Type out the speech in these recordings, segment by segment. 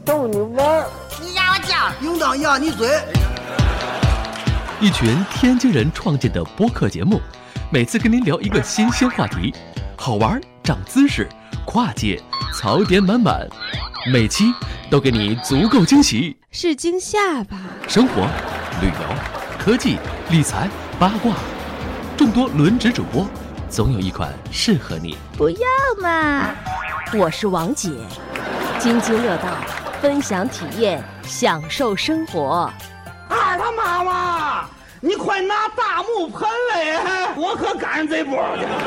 逗你玩。 你压我脚， 应当压你嘴。 一群天津人创建的播客节目，每次跟您聊一个新鲜话题，好玩、长姿势、跨界、槽点满满，每期都给你足够惊喜。 是惊吓吧？ 生活、旅游、科技、理财、八卦，众多轮值主播，总有一款适合你。 不要嘛！我是王姐，津津乐道，分享体验，享受生活。 二他妈妈，你快拿大木盆来，我可赶上这波去了。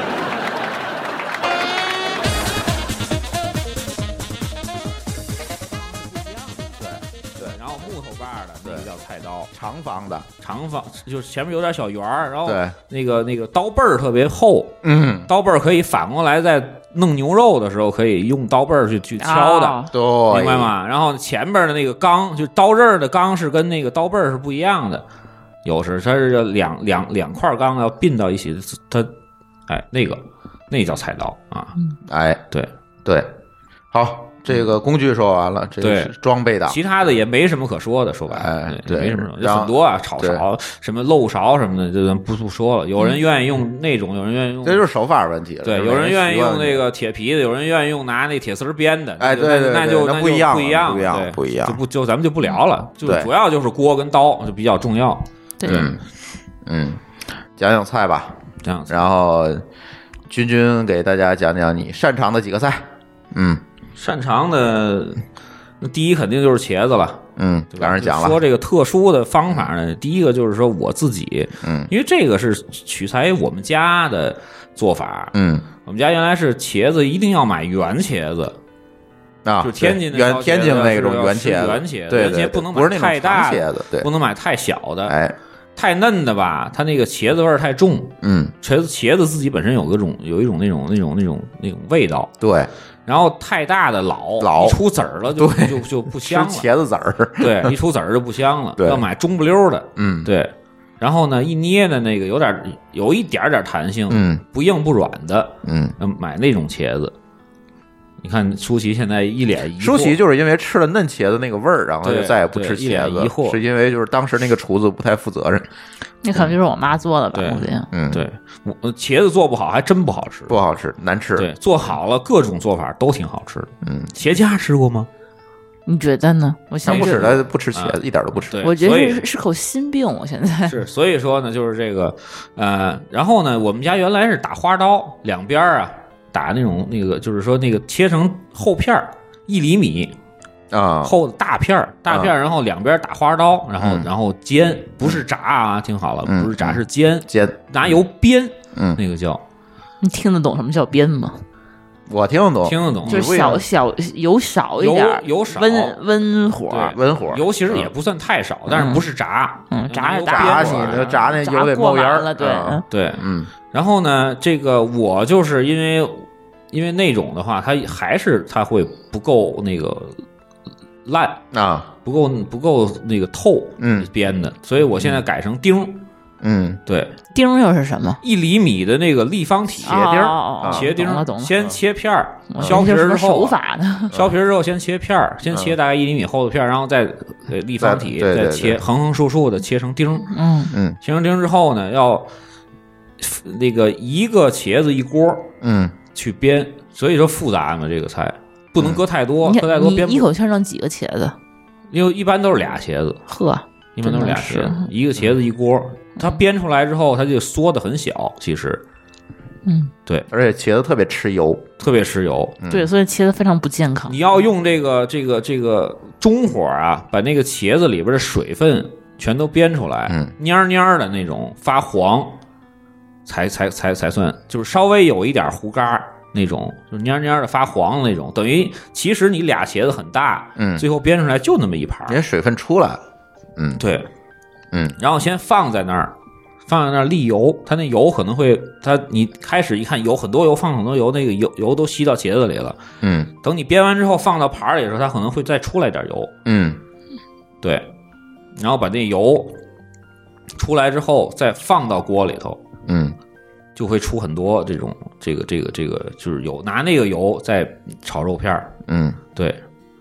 对，然后木头把的那个叫菜刀， 长方的， 长方就是前面有点小圆儿，然后对那个刀背儿特别厚，刀背儿可以反过来在弄牛肉的时候可以用刀背儿去敲的， 对， 明白吗？然后前边的那个钢，就刀刃的钢是跟那个刀背儿是不一样的，有时它是两块钢要并到一起，它那叫菜刀啊，对， 好。这个工具说完了，这个是装备党， 其他的也没什么可说的，说白了， 对， 没什么，有很多啊，炒勺、什么漏勺什么的，这咱不说了。有人愿意用那种，有人愿意用， 这就是手法问题了。 对，有人愿意用那个铁皮的，有人愿意用拿那铁丝编的。 对， 那就不一样， 不一样，就咱们就不聊了，就主要就是锅跟刀就比较重要。 对， 讲讲菜吧， 这样。 然后君给大家讲讲你擅长的几个菜。 擅长的，那第一肯定就是茄子了。 刚才讲了。 说这个特殊的方法呢，第一个就是说我自己，因为这个是取材于我们家的做法。我们家原来是茄子一定要买圆茄子。就是天津的天津那种圆茄子， 圆茄不能买太大的， 对， 不能买太小的，太嫩的吧，它那个茄子味儿太重。茄子自己本身有一种那种味道， 对。 然后太大的老一出籽儿了就不香了， 茄子籽儿， 对，一出籽儿就不香了。 对， 要买中不溜的，对。然后呢，一捏的那个有一点点弹性，不硬不软的，买那种茄子。你看舒淇现在一脸疑惑， 舒淇就是因为吃了嫩茄子那个味儿，然后就再也不吃茄子， 疑惑是因为就是当时那个厨子不太负责任。 那可能就是我妈做的吧， 对，茄子做不好还真不好吃， 不好吃，难吃。 对，做好了各种做法都挺好吃的。茄夹吃过吗？ 你觉得呢？我现在不吃茄子，一点都不吃。 我觉得是口心病，我现在是，所以说呢，就是这个然后呢，我们家原来是打花刀，两边啊打那个，就是说那个切成厚片1厘米。厚的大片，然后两边打花刀，然后煎，不是炸啊，听好了，不是炸是煎，拿油煸，那个叫。 你听得懂什么叫煸吗？ 我听得懂， 就是小油少一点， 油少， 温火， 油其实也不算太少，但是不是炸， 炸你炸那油得冒烟了， 对，然后呢，这个我就是因为那种的话，它会不够那个。烂不够那个透，编的，所以我现在改成钉，对， 钉又是什么 ？1厘米的那个立方体茄钉，先切片儿，削皮之后， 手法的， 削皮之后先切片儿，先切大概1厘米厚的片儿，然后再立方体再切，横竖竖的切成钉，切成钉之后呢，要那个一个茄子一锅，去煸，所以说复杂嘛，这个菜。不能搁太多，搁太多煸。 一口气让几个茄子？ 因为一般都是俩茄子。一般都是俩茄子，一个茄子一锅。它煸出来之后，它就缩得很小，其实。对， 而且茄子特别吃油， 对，所以茄子非常不健康。 你要用这个中火啊，把那个茄子里边的水分全都煸出来，蔫蔫的那种发黄，才算，就是稍微有一点糊嘎。那种就蔫蔫的发黄的那种，等于其实你俩茄子很大，最后煸出来就那么一盘， 人水分出来了， 对，然后先放在那儿沥油，它那油可能会，你开始一看油很多油，放很多油，那个油都吸到茄子里了，等你煸完之后放到盘里的时候，它可能会再出来点油，对，然后把那油出来之后再放到锅里头，就会出很多这种这个就是有拿那个油再炒肉片，对，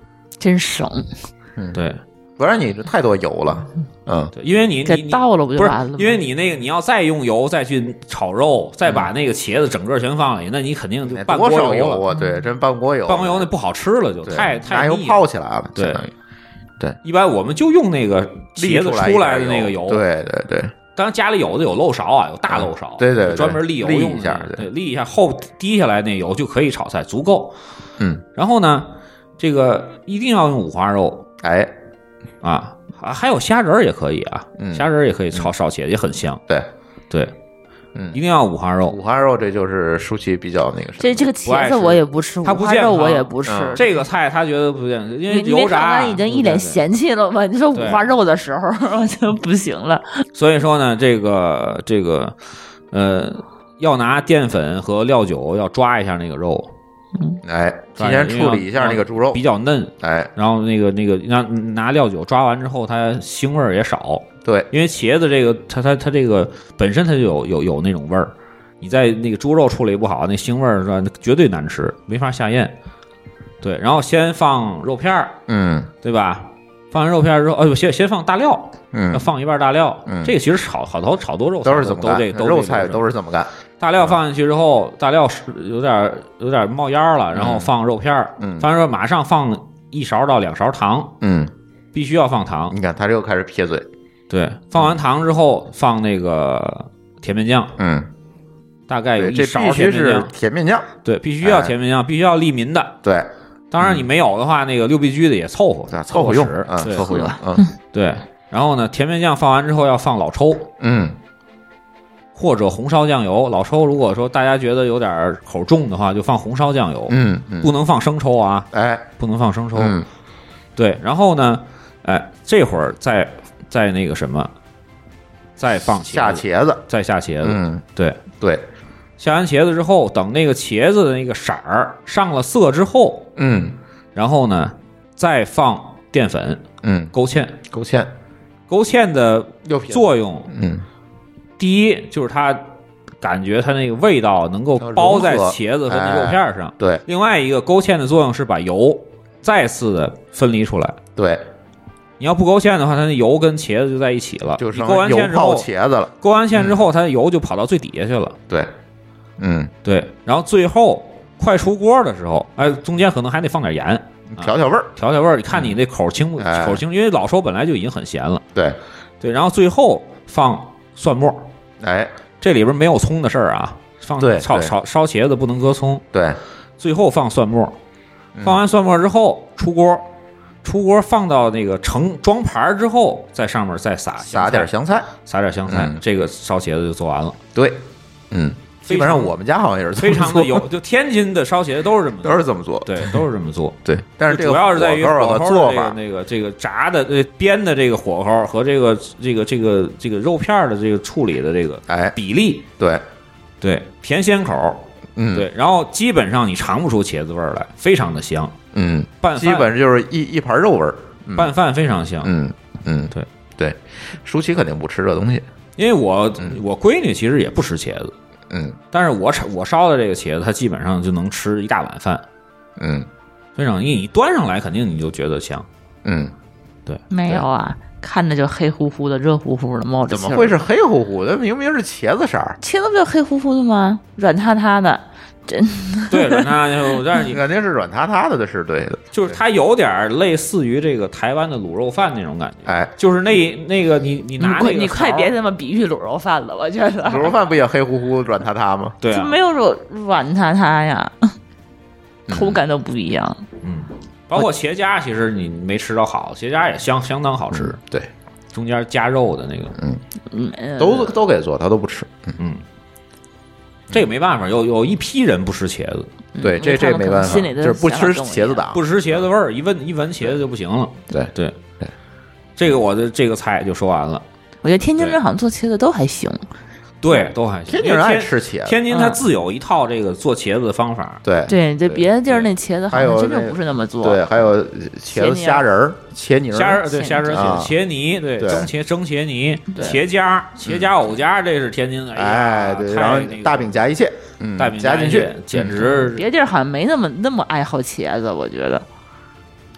真省。 对， 不然你这太多油了。 对，因为你倒了不就完了吗？ 因为你那个你要再用油再去炒肉，再把那个茄子整个全放里，那你肯定就半锅油了。对，真半锅油。 半锅油那不好吃了，就太拿油泡起来了。 对。对，一般我们就用那个茄子出来的那个油。 对对对， 当然家里有的有漏勺啊，有大漏勺， 对对， 专门沥油用一下， 对，沥一下后滴下来那油就可以炒菜，足够。然后呢，这个一定要用五花肉，还有虾仁也可以啊，虾仁也可以烧茄子，也很香。 对对。 一定要五花肉。 五花肉这就是舒淇比较那个什么。 这个茄子我也不吃， 他不五花肉我也不吃。 这个菜他觉得不健康，因为油炸。你已经一脸嫌弃了吗？你说五花肉的时候我就不行了。 所以说呢，这个要拿淀粉和料酒要抓一下那个肉。 提前处理一下那个猪肉， 比较嫩。然后那个拿料酒抓完之后，它腥味也少。 对， 因为茄子这个它这个本身它就有那种味儿，你在那个猪肉处理不好，那腥味儿是吧？绝对难吃，没法下咽。对，然后先放肉片儿，对吧？放完肉片之后，先放大料，要放一半大料。这个其实炒多肉都是这么干，肉菜都是这么干。 大料放进去之后，大料有点冒烟了，然后放肉片儿，放完之后马上放1勺到2勺糖，必须要放糖。 你看他这又开始撇嘴。 对，放完糖之后放那个甜面酱，大概有1勺甜面酱。 甜面酱， 对，必须要甜面酱，必须要利民的。 对， 当然你没有的话，那个六必居的也凑合， 凑合用， 凑合用。对，然后呢，甜面酱放完之后要放老抽，或者红烧酱油。老抽如果说大家觉得有点口重的话，就放红烧酱油，不能放生抽啊，不能放生抽。对，然后呢，这会儿再那个什么，再放下茄子， 再下茄子。对对， 下完茄子之后，等那个茄子的那个色儿上了色之后，然后呢再放淀粉，勾芡的作用，第一就是它感觉它那个味道能够包在茄子和那肉片上， 对。 另外一个勾芡的作用是把油再次的分离出来， 对。 你要不勾芡的话，它那油跟茄子就在一起了， 就是勾完芡之后， 茄子了。 勾完芡之后，它的油就跑到最底下去了。 对， 对。然后最后快出锅的时候，中间可能还得放点盐， 调味儿， 调味儿。你看你那口轻不口轻，因为老抽本来就已经很咸了。 对对。然后最后放蒜末，这里边没有葱的事儿啊。放烧茄子不能搁葱。 对。 最后放蒜末，放完蒜末之后出锅放到那个装盘之后，在上面再撒点香菜， 这个烧茄子就做完了。 对，基本上我们家好像也是非常的有，就天津的烧茄子都是这么做，对，都是这么做。 对，但是主要是在于火候做法， 这个炸的煸的这个火候和这个肉片的这个处理的这个比例，对，甜鲜口。对，然后基本上你尝不出茄子味儿来，非常的香。拌饭基本就是一盘肉味儿， 拌饭非常香。 对，舒淇肯定不吃这东西， 因为我闺女其实也不吃茄子，但是我烧的这个茄子，她基本上就能吃一大碗饭，非常，因为你端上来肯定你就觉得香，对， 没有啊。看着就黑乎乎的、热乎乎的，冒着气。 怎么会是黑乎乎的？明明是茄子色儿。 茄子不就黑乎乎的吗？软塌塌的，真对，软塌塌。但是你肯定是软塌塌的，是对的。 就是它有点类似于这个台湾的卤肉饭那种感觉。就是那个你拿那个你快别他妈比喻卤肉饭了，我觉得卤肉饭不也黑乎乎、软塌塌吗？ 对啊， 没有软塌塌呀，口感都不一样。 包括茄夹，其实你没吃到好，茄夹也相当好吃。 对， 中间加肉的那个， 都给做，他都不吃。 这个没办法，有一批人不吃茄子。 对，这没办法，就是不吃茄子党， 不吃茄子味儿，一闻茄子就不行了。对，这个我的这个菜就说完了。 我觉得天津人好像做茄子都还行。 对，都还行。 天津人爱吃茄子， 天津它自有一套这个做茄子的方法。 对，这别的地儿那茄子好像真正不是那么做。 对，还有茄子虾仁儿、茄泥、 虾仁茄泥，对，蒸茄泥、茄夹、藕夹，这是天津的。 对，然后大饼夹一切， 大饼夹进去， 简直。 别地儿好像没那么爱好茄子，我觉得。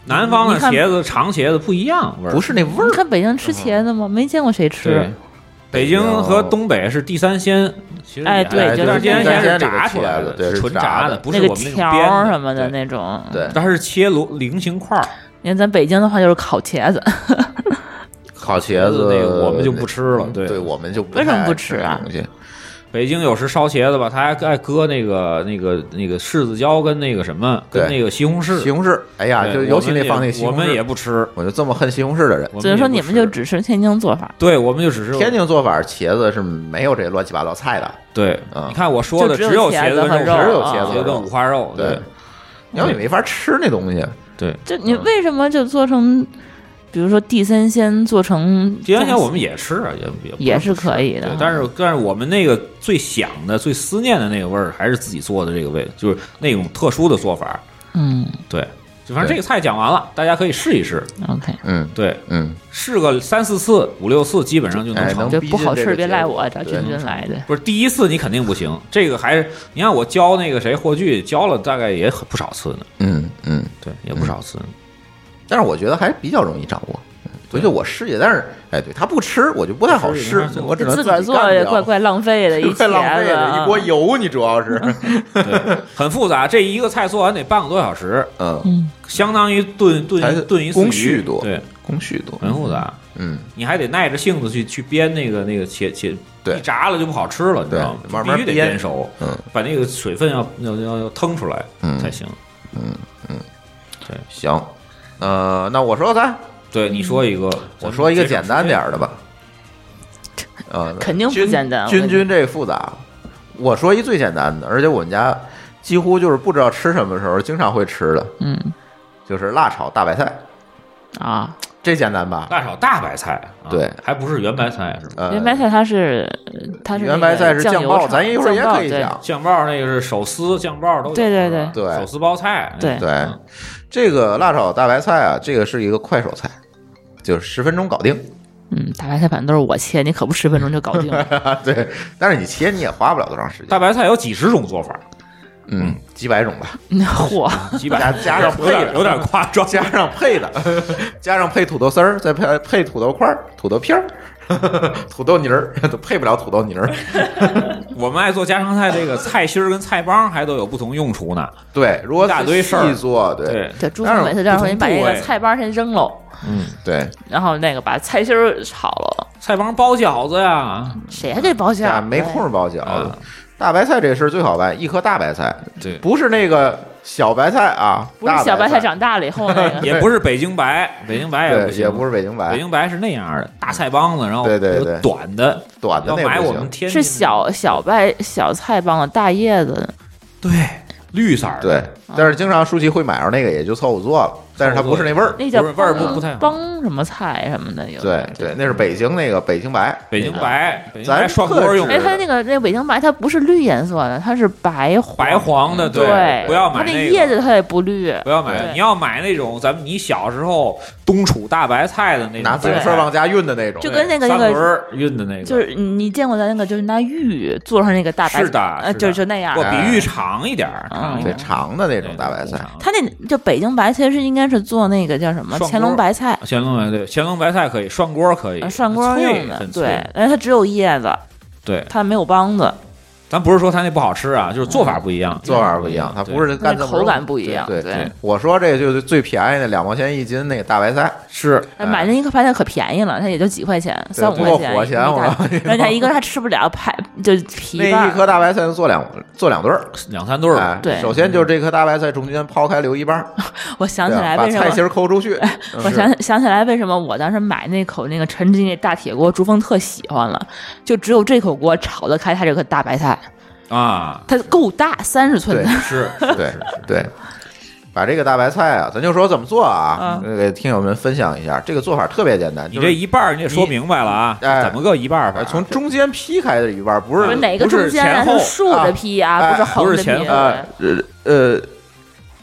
南方的茄子长茄子不一样味儿， 不是那味儿。 你看北京吃茄子吗？没见过谁吃。 北京和东北是地三鲜，其实对， 就是地三鲜是炸出来的， 对， 纯炸的，不是我们那个条什么的那种。 对， 它是切菱形块。 你看咱北京的话就是烤茄子， 烤茄子那个我们就不吃了。对， 我们就为什么不吃啊？ 北京有时烧茄子吧，他还爱搁那个柿子椒跟那个什么，跟那个西红柿。 西红柿，哎呀，就尤其那放那西红柿， 我们也不吃。 我就这么恨西红柿的人。 所以说你们就只吃天津做法。 对，我们就只是天津做法，茄子是没有这乱七八糟菜的。 对，你看我说的只有茄子和肉， 只有茄子跟五花肉。 对，你要你没法吃那东西。 对， 就你为什么就做成？比如说地三鲜做成地三鲜，我们也吃啊， 也是可以的。 但是我们那个最想的、最思念的那个味儿，还是自己做的这个味，就是那种特殊的做法。对，就反正这个菜讲完了，大家可以试一试。 OK， 对，试个3、4次、5、6次，基本上就能成。 这不好吃别赖我，找君君来的。 不是第一次你肯定不行，这个还是你看我教那个谁霍炬教了大概也不少次呢。对，也不少次。 但是我觉得还比较容易掌握，所以我试一下。但是，对他不吃，我就不太好试，我只能自个儿做，也怪浪费的， 怪浪费的，一锅油，你主要是对，很复杂。这一个菜做完得半个多小时，相当于炖一次鱼， 工序多， 对， 工序多， 很复杂。你还得耐着性子去煸那个切， 对， 炸了就不好吃了，你知道吗？ 慢慢必须得煸熟，把那个水分要腾出来才行。对， 行。那我说咱， 对你说一个， 我说一个简单点的吧。 肯定不简单。 君这个复杂，我说一最简单的，而且我们家几乎就是不知道吃什么时候经常会吃的，就是辣炒大白菜啊， 这简单吧？ 辣炒大白菜， 对， 还不是圆白菜是吧？ 圆白菜它是圆白菜是酱爆，咱一会儿也可以讲酱爆，那个是手撕酱爆都有， 对， 手撕包菜， 对。 这个辣炒大白菜啊，这个是一个快手菜，就是10分钟搞定。 大白菜反正都是我切，你可不10分钟就搞定了。 对，但是你切你也花不了多长时间。 大白菜有几十种做法， 几百种吧。 嚯， 几百加上配的有点夸张， 加上配的，加上配土豆丝儿，再配土豆块、土豆片儿。土豆泥儿都配不了土豆泥儿。 我们爱做家常菜，这个菜心儿跟菜帮还都有不同用处呢。 对，如果大堆事儿做， 对。朱峰每次这样说，你把这个菜帮先扔喽。 对。 然后那个把菜心儿炒了。 菜帮包饺子呀？ 谁还得包饺子？ 没空包饺子。大白菜这事儿最好办，一颗大白菜， 对， 不是那个小白菜啊， 不是小白菜长大了以后那个， 也不是北京白，北京白也不行， 也不是北京白， 北京白是那样的大菜帮子，然后对短的要买我们天是小菜帮子大叶子， 对，绿色的， 对，但是经常舒淇会买着那个，也就凑合做了。但是它不是那味儿， 那叫味儿不太好。 帮什么菜什么的有。 对，那是北京那个北京白，咱涮锅用。 哎，它那个北京白，它不是绿颜色的，它是白黄的。对，不要买它那叶子它也不绿， 不要买。你要买那种你小时候冬储大白菜的那种， 拿自行车往家运的那种， 就跟那个运的那个， 就是你见过咱那个，就是拿玉做上那个大白菜， 是的， 就那样， 比玉长一点， 对，长的那种大白菜。 它那就北京白，其实应该是做那个叫什么乾隆白菜， 乾隆白菜可以涮锅，可以涮锅用的，对，但是它只有叶子， 对， 它没有帮子。 咱不是说它那不好吃啊，就是做法不一样， 它不是干口感不一样。 对，我说这就是最便宜的2毛钱1斤那个大白菜， 是买那一颗白菜可便宜了，它也就几块钱，3、5块钱，人家一个人还吃不了，就皮那一颗大白菜能做2顿 ，2、3顿。 对， 首先就是这颗大白菜中间抛开留一半。 我想起来为什么把菜心抠出去。 我想起来为什么我当时买那口那个陈记那大铁锅，朱峰特喜欢了，就只有这口锅炒得开它这个大白菜。它够大，30寸的， 是， 对，把这个大白菜啊，咱就说怎么做啊，给听友们分享一下，这个做法特别简单。 你这一半你也说明白了啊，怎么个一半法？ 从中间劈开的一半，不是哪个中间是竖着劈啊，不是横着劈。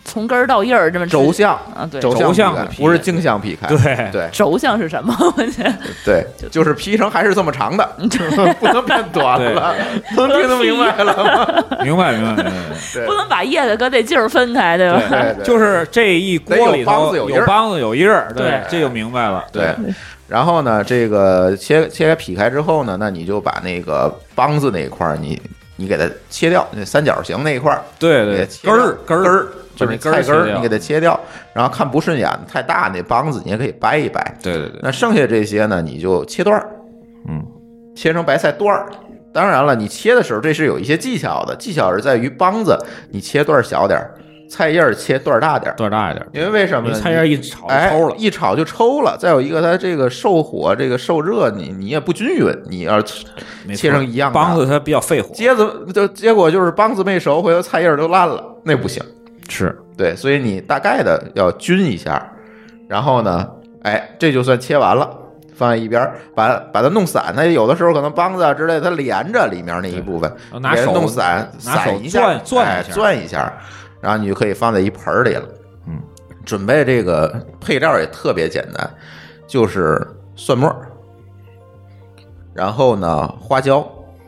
从根儿到叶儿这么轴向啊，对， 轴向劈开不是径向劈开，对， 轴向是什么？我觉得对，就是劈成还是这么长的，不能变短了，能听得明白了吗？ 明白， 不能把叶子跟那劲儿分开，对吧？ 对， 就是这一锅里头有梆子有叶儿， 对， 这就明白了， 对。然后呢，这个切开劈开之后呢，那你就把那个梆子那一块你给它切掉，那三角形那一块， 对，根儿。 就是菜根儿，你给它切掉，然后看不顺眼太大那梆子，你也可以掰一掰。 对。 那剩下这些呢，你就切段儿，切成白菜段儿。当然了，你切的时候这是有一些技巧的，技巧是在于梆子你切段小点儿，菜叶切段大点儿， 段大一点。 因为为什么呢？ 菜叶一炒就抽了， 一炒就抽了。再有一个，它这个受火、这个受热，你也不均匀。你要切成一样的梆子，它比较费火。 结果就是梆子没熟，回头菜叶都烂了，那不行。 是对，所以你大概的要均一下，然后呢，这就算切完了，放在一边，把它弄散。它有的时候可能梆子啊之类的，它连着里面那一部分， 拿手弄散一下，攥一下，然后你就可以放在一盆里了。准备这个配料也特别简单，就是蒜末，然后呢花椒，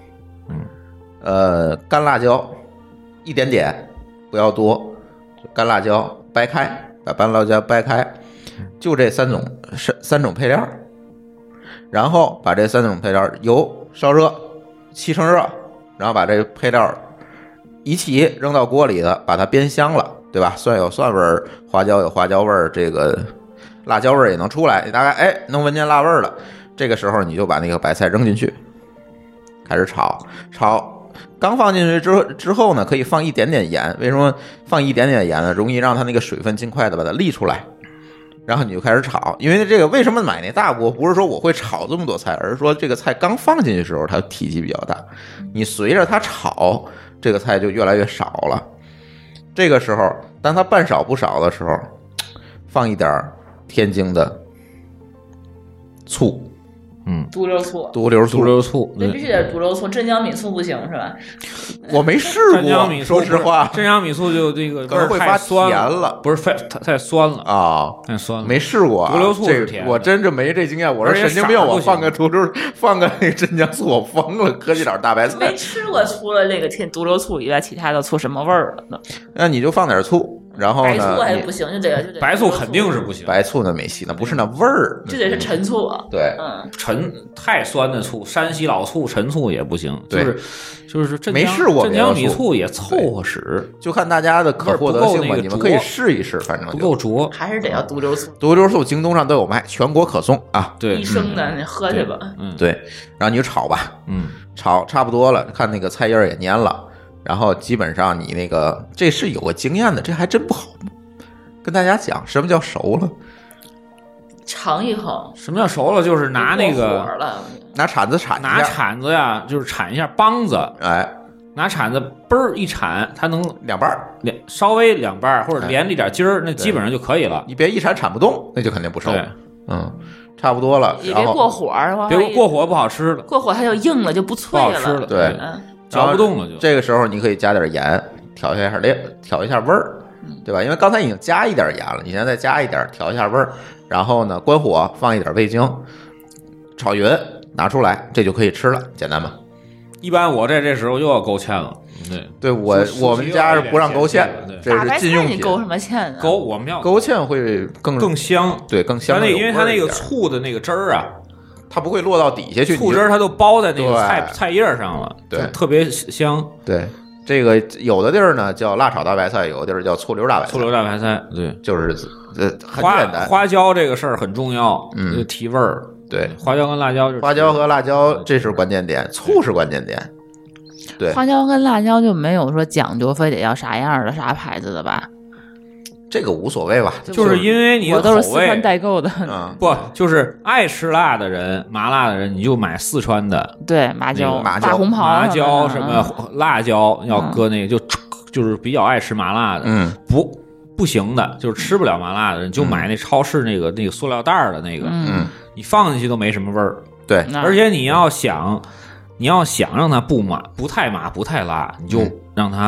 干辣椒一点点，不要多。干辣椒掰开，把干辣椒掰开，就这三种配料，然后把这3种配料油烧热，7成热，然后把这配料一起扔到锅里的，把它煸香了，对吧？蒜有蒜味儿，花椒有花椒味儿，这个辣椒味儿也能出来，你大概能闻见辣味儿了。这个时候你就把那个白菜扔进去，开始炒。刚放进去之后呢，可以放一点点盐。为什么放一点点盐呢？容易让它那个水分尽快的把它沥出来。然后你就开始炒，因为这个为什么买那大锅？不是说我会炒这么多菜，而是说这个菜刚放进去的时候它体积比较大，你随着它炒，这个菜就越来越少了。这个时候，当它半少不少的时候，放一点天津的醋。 独流醋， 那必须得独流醋，镇江米醋不行是吧？ 我没试过，说实话， 镇江米醋就这个可能会发甜了， 不是太酸了啊， 太酸了， 没试过。 独流醋是甜， 我真没这经验。我说神经病，我放个那个镇江醋，我疯了，搁这点大白菜。 没吃过除了这个独流醋以外，其他的醋什么味儿了呢？ 那你就放点醋。然后呢？ 白醋还是不行，就得白醋肯定是不行， 白醋那没戏，那不是那味儿， 就得是陈醋。 对， 陈太酸的醋，山西老醋、陈醋也不行，就是没试过， 镇江米醋也凑合使， 就看大家的可获得性吧。你们可以试一试，反正不够浊， 还是得要独流醋。 独流醋京东上都有卖，全国可送啊。 对， 一升的你喝去吧。 对，然后你就炒吧，炒差不多了，看那个菜叶也蔫了。然后基本上你那个这是有个经验的，这还真不好跟大家讲什么叫熟了。 尝一口， 什么叫熟了？就是拿那个拿铲子铲一下， 拿铲子呀，就是铲一下梆子，拿铲子嘣儿一铲，它能两半稍微两半或者连着一点筋儿，那基本上就可以了。 你别一铲不动，那就肯定不熟。差不多了， 也别过火儿， 别过火不好吃了， 过火它就硬了，就不脆了， 不好吃了。 对。 嚼不动了就。 这个时候你可以加点盐，调一下味儿，对吧？因为刚才已经加一点盐了，你现在再加一点，调一下味儿。然后呢，关火，放一点味精，炒匀，拿出来，这就可以吃了，简单吧？ 一般我这时候又要勾芡了。 对，我们家是不让勾芡，这是禁用品。 你勾什么芡啊？ 我们要勾芡会更香，对，更香。 因为它那个醋的那个汁儿啊。 它不会落到底下去， 醋汁儿它都包在那个菜叶上了， 对， 特别香。 对，这个有的地儿呢叫辣炒大白菜，有的地儿叫醋溜大白菜。 醋溜大白菜，对， 就是很简单。 花椒这个事儿很重要，提味儿。 对， 花椒跟辣椒， 花椒和辣椒这是关键点，醋是关键点。对， 花椒跟辣椒就没有说讲究，非得要啥样的啥牌子的吧？ 这个无所谓吧， 就是因为你的我都是四川代购的， 不就是爱吃辣的人、麻辣的人，你就买四川的， 对麻椒、大红袍、 麻椒什么辣椒要搁那个，就是比较爱吃麻辣的，不行的，就是吃不了麻辣的人，就买那超市那个塑料袋的那个，你放进去都没什么味儿， 对， 而且你要想让它不太麻不太辣，你就让它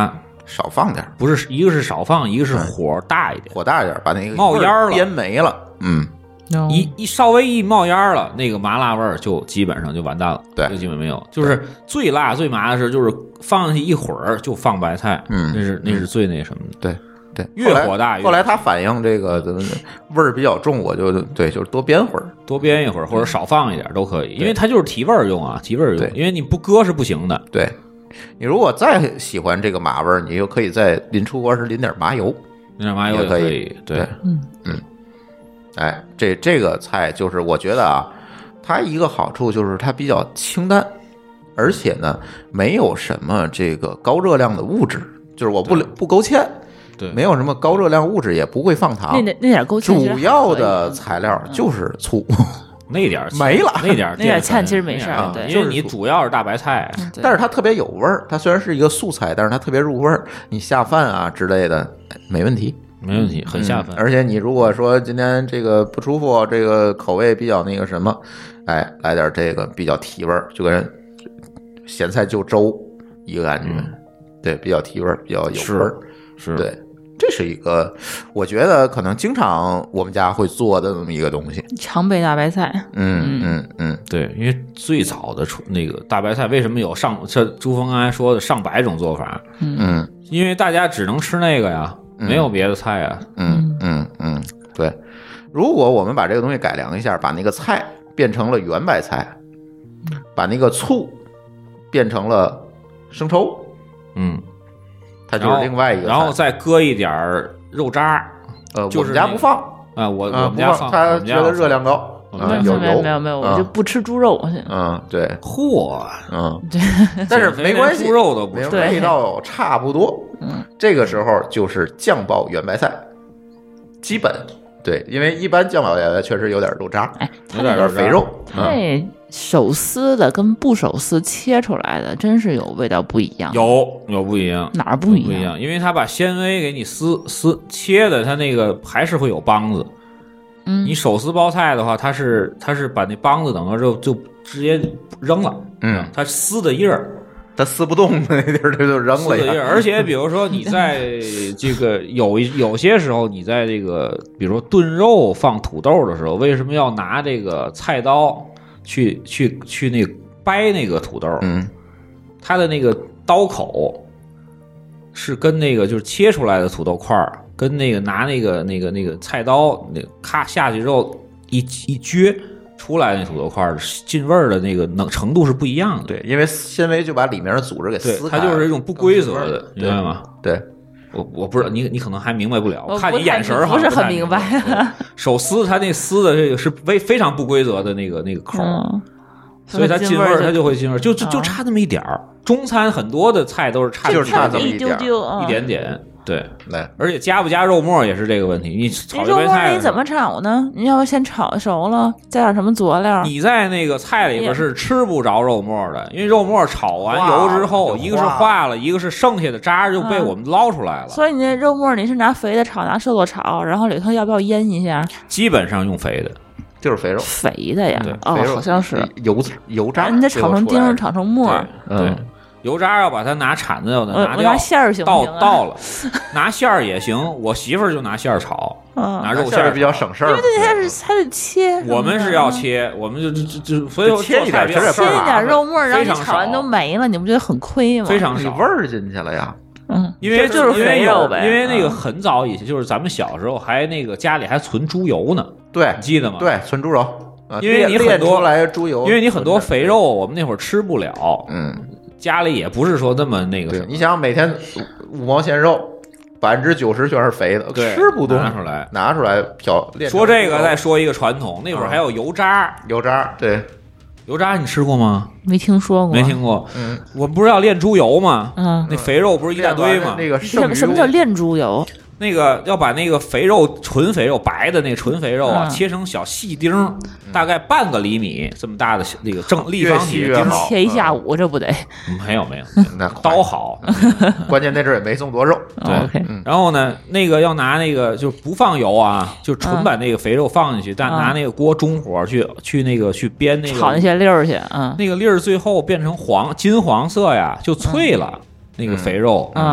少放点， 不是一个是少放，一个是火大一点， 火大一点，把那个冒烟了， 煸没了。 稍微一冒烟了，那个麻辣味儿就基本上就完蛋了， 对， 就基本没有。就是最辣最麻的是，就是放进去一会儿就放白菜，那是最那什么的， 对， 越火大越。 后来他反映这个味儿比较重，我就就是多煸会儿， 多煸一会儿，或者少放一点都可以，因为它就是提味儿用啊，提味儿用。因为你不搁是不行的。 对，你如果再喜欢这个麻味儿，你就可以在临出锅时淋点麻油， 淋点麻油也可以。对， 哎，这个菜就是我觉得啊，它一个好处就是它比较清淡，而且呢没有什么这个高热量的物质，就是我不勾芡。 对， 没有什么高热量物质，也不会放糖。 那点勾芡， 主要的材料就是醋， 那点没了， 那点芡其实没事儿， 因为你主要是大白菜， 但是它特别有味儿。它虽然是一个素菜，但是它特别入味儿，你下饭啊之类的没问题， 没问题，很下饭。 而且你如果说今天这个不舒服，这个口味比较那个什么，哎，来点这个比较提味儿，就跟咸菜就粥一个感觉，对，比较提味儿，比较有味儿， 是对。这是一个，我觉得可能经常我们家会做的这么一个东西， 常备大白菜。 对，因为最早的那个大白菜为什么有这朱峰刚才说的上百种做法？因为大家只能吃那个呀，没有别的菜呀。 对。如果我们把这个东西改良一下，把那个菜变成了圆白菜，把那个醋变成了生抽，它就是另外一个， 然后再搁一点肉渣， 我们家不放啊，我们家放， 他觉得热量高， 没有，我就不吃猪肉。 对， 嚯， 对， 但是没关系， 猪肉都不吃， 味道差不多。这个时候就是酱爆圆白菜，基本对，因为一般酱爆圆白菜确实有点肉渣，有点肥肉。 那手撕的跟不手撕切出来的，真是有味道不一样。 有不一样， 哪儿不一样？因为它把纤维给你撕切的，它那个还是会有帮子。你手撕包菜的话，它是把那帮子等着就直接扔了。它撕的印儿， 它撕不动的那地儿就扔了呀。 而且比如说你在这个有些时候你在这个比如说炖肉放土豆的时候，为什么要拿这个菜刀去那个掰那个土豆？它的那个刀口是跟那个就是切出来的土豆块跟那个拿那个菜刀那个咔下去之后一撅出来那土豆块进味儿的那个程度是不一样的。 对，因为纤维就把里面的组织给撕开， 它就是一种不规则的，明白吗？ 对， 我不知道你可能还明白不了，我看你眼神不是很明白。 手撕它那撕的这个是非常不规则的那个口。所以它进味儿，它就会进味儿，就差那么一点儿。中餐很多的菜都是差这么一丢丢， 一点点。对，而且加不加肉末也是这个问题。你炒肉末你怎么炒呢？你要先炒熟了，加点什么佐料？ 你在那个菜里边是吃不着肉末的，因为肉末炒完油之后，一个是化了，一个是剩下的渣就被我们捞出来了。 所以你那肉末你是拿肥的炒，拿瘦的炒，然后里头要不要腌一下？ 基本上用肥的。 就是肥肉， 肥的呀，好像是油渣， 你得炒成丁，炒成沫。 对，油渣要把它拿铲子，要拿掉， 拿馅儿行不行？ 倒了，拿馅儿也行。我媳妇儿就拿馅儿炒，拿肉馅儿比较省事儿。 因为这还得切， 我们是要切，我们就所以切一点肉末，然后你炒完都没了，你不觉得很亏吗？ 非常少， 味儿进去了呀。 因为就是肥肉呗。 因为那个很早以前，就是咱们小时候还那个家里还存猪油呢。 对， 你记得吗？ 对，存猪油。 因为你很多来猪油， 因为你很多肥肉，我们那会儿吃不了。家里也不是说那么那个什么。 你想每天5毛钱肉，90%全是肥的，吃不动，拿出来漂。 说这个再说一个传统，那会儿还有油渣， 对。 油渣你吃过吗？ 没听说过， 没听过。我不是要炼猪油吗？那肥肉不是一大堆吗？ 那个什么叫炼猪油？ 那个要把那个肥肉纯肥肉白的那个纯肥肉啊，切成小细丁，大概半个厘米这么大的那个立方体的丁， 切一下午这不得？ 没有，那刀好， 关键那阵也没这么多肉。 对，然后呢，那个要拿那个就不放油啊，就纯把那个肥肉放进去，但拿那个锅中火去煸那个炒那些粒儿去， 那个粒儿最后变成金黄色呀，就脆了。那个肥肉，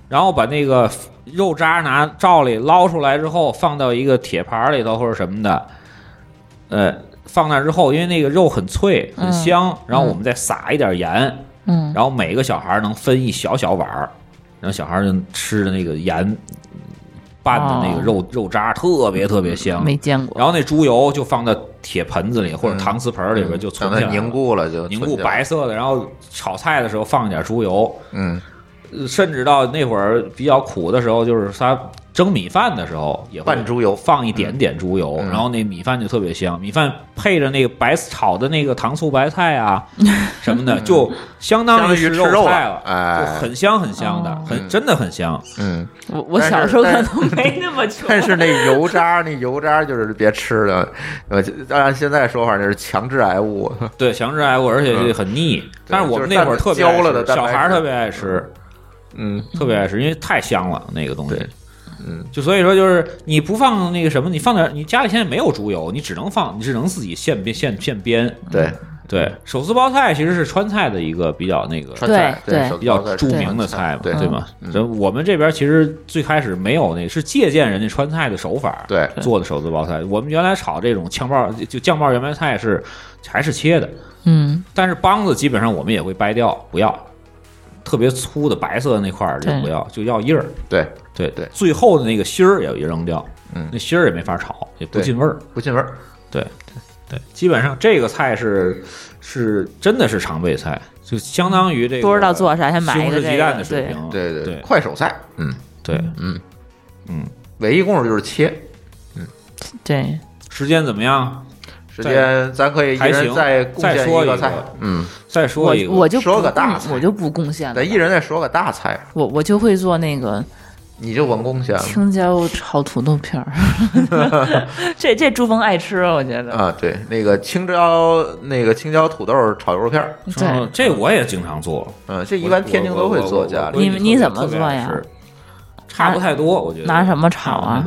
然后把那个肉渣拿罩里捞出来之后，放到一个铁盘里头或者什么的，放那之后，因为那个肉很脆很香，然后我们再撒一点盐，然后每个小孩能分一小小碗，然后小孩就吃的那个盐拌的那个肉渣特别特别香， 没见过。 然后那猪油就放到铁盆子里或者搪瓷盆里边就存起来了， 凝固了就凝固白色的，然后炒菜的时候放一点猪油，甚至到那会儿比较苦的时候，就是它蒸米饭的时候也会拌猪油， 放一点点猪油，然后那米饭就特别香。米饭配着那个炒的那个糖醋白菜啊什么的，就相当于吃肉菜了，就很香很香的，真的很香。 我小时候可能没那么穷， 但是那油渣就是别吃了。当然现在说法那是强制爱物， 对，强制爱物，而且很腻。但是我们那会儿特别爱吃，小孩特别爱吃。特别爱吃，因为太香了那个东西。就所以说，就是你不放那个什么，你放点，你家里现在没有猪油，你只能自己现煸。对，手撕包菜其实是川菜的一个比较那个对比较著名的菜嘛，对吗？我们这边其实最开始没有那，是借鉴人家川菜的手法做的手撕包菜。我们原来炒这种酱爆圆白菜还是切的，但是帮子基本上我们也会掰掉，不要。特别粗的白色的那块儿就不要，就要叶儿。对，最后的那个芯儿也扔掉。那芯儿也没法炒，也不进味儿，对，基本上这个菜是真的是常备菜，就相当于这个不知道做啥，先买一个西红柿鸡蛋的水平。 对，快手菜。唯一功夫就是切。 对， 时间怎么样？ 时间咱可以一人再贡献一个菜， 再说一个， 我就说个大菜， 我就不贡献了。 咱一人再说个大菜， 我就会做那个， 你就甭贡献了。 青椒炒土豆片儿，这朱峰爱吃，我觉得啊，对，那个青椒土豆炒油片儿， 对， 这我也经常做， 这一般天津都会做家里。 你怎么做呀？ 差不太多，我觉得拿什么炒啊？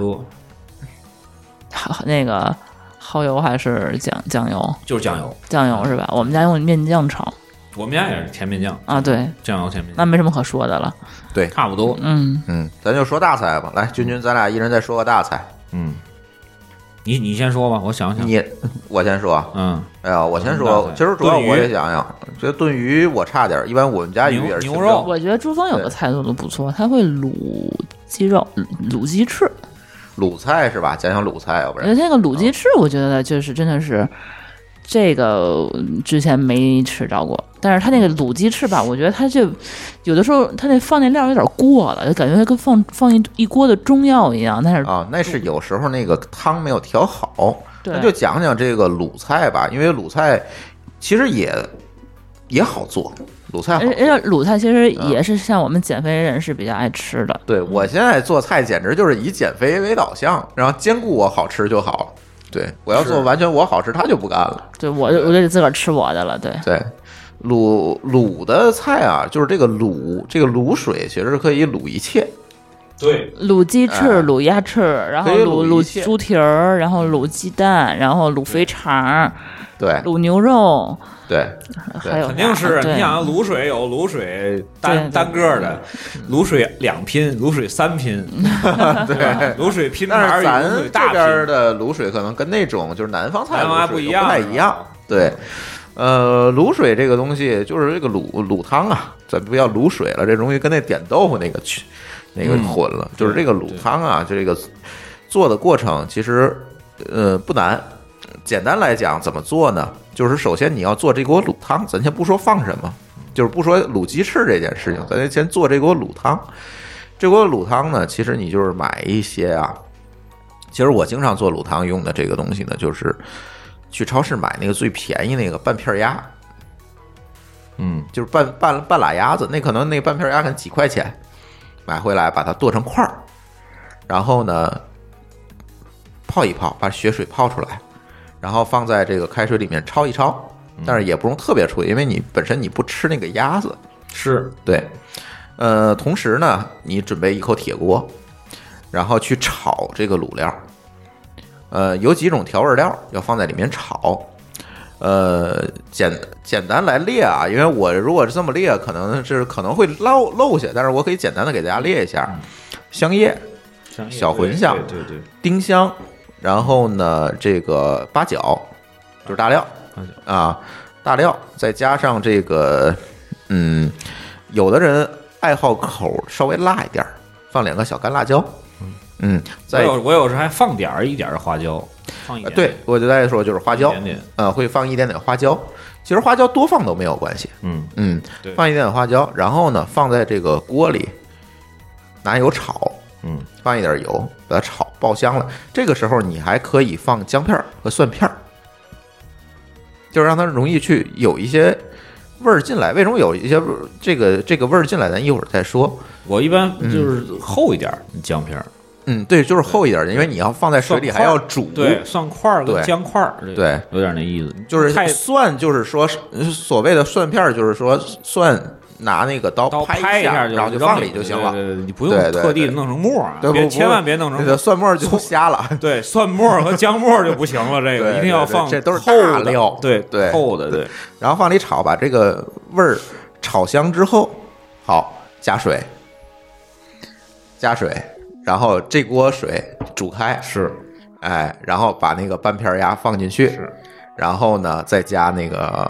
那个。蚝油还是酱油？ 就是酱油是吧？我们家用面酱炒， 我们家也是甜面酱啊，对， 酱油甜面酱， 那没什么可说的了， 对， 差不多， 咱就说大菜吧。来，君咱俩一人再说个大菜， 你先说吧，我想想， 我先说，哎呀，我先说，其实主要我也想想，觉得炖鱼我差点，一般我们家鱼也是牛肉， 我觉得朱峰有个菜做的不错，他会卤鸡肉、卤鸡翅。 卤菜是吧？讲讲卤菜，要不然那个卤鸡翅，我觉得就是真的是这个之前没吃着过。但是他那个卤鸡翅吧，我觉得他就有的时候他那放那料有点过了，就感觉跟放一锅的中药一样。但是那是有时候那个汤没有调好。那就讲讲这个卤菜吧，因为卤菜其实也好做。卤菜好， 卤菜其实也是像我们减肥人士比较爱吃的。 对，我现在做菜简直就是以减肥为导向，然后兼顾我好吃就好。对，我要做完全我好吃，他就不干了。 对，我就得自个儿吃我的了。对， 卤的菜啊，就是这个卤水其实可以卤一切。 对， 卤鸡翅、卤鸭翅，然后卤猪蹄儿，然后卤鸡蛋，然后卤肥肠， 对， 卤牛肉。 对， 还有肯定是你想卤水有卤水单个的，卤水2拼，卤水3拼，对，卤水拼盘儿， 咱这边的卤水可能跟那种就是南方菜不一样， 不太一样。对，卤水这个东西就是这个卤汤啊，咱不要卤水了，这容易跟那点豆腐那个混了。就是这个卤汤啊，就这个做的过程其实不难。简单来讲，怎么做呢？就是首先你要做这锅卤汤，咱先不说放什么，就是不说卤鸡翅这件事情，咱先做这锅卤汤。这锅卤汤呢，其实你就是买一些啊，其实我经常做卤汤用的这个东西呢，就是去超市买那个最便宜那个半片鸭，就是半拉鸭子，那可能那半片鸭可能几块钱，买回来把它剁成块儿，然后呢泡一泡，把血水泡出来。然后放在这个开水里面焯一焯，但是也不用特别处理，因为你本身你不吃那个鸭子， 是对。同时呢，你准备一口铁锅，然后去炒这个卤料。有几种调味料要放在里面炒。 简单来列啊，因为我如果是这么列，可能会漏下，但是我可以简单的给大家列一下：香叶、小茴香、 对， 丁香，然后呢这个八角就是大料啊，大料再加上这个有的人爱好口稍微辣一点，放2个小干辣椒。我有时还放一点的花椒，放一点。 对，我就在说就是花椒，会放一点点花椒。其实花椒多放都没有关系。放一点点花椒，然后呢放在这个锅里，拿油炒。放一点油，把它炒爆香了。这个时候你还可以放姜片和蒜片，就是让它容易去有一些味儿进来。为什么有一些这个味儿进来？咱一会儿再说。 我一般就是厚一点姜片。 对，就是厚一点的，因为你要放在水里还要煮。 对，蒜块跟姜块， 对， 有点那意思。 就是蒜，就是说所谓的蒜片，就是说蒜拿那个刀拍一下，然后就放里就行了。 你不用特地弄成沫啊，千万别弄成。 那个蒜末就瞎了。 对，蒜末和姜末就不行了，这个一定要放。 这都是大料， 对，厚的对。然后放里炒，把这个味儿炒香之后，好加水。然后这锅水煮开然后把那个半片鸭放进去，然后呢再加那个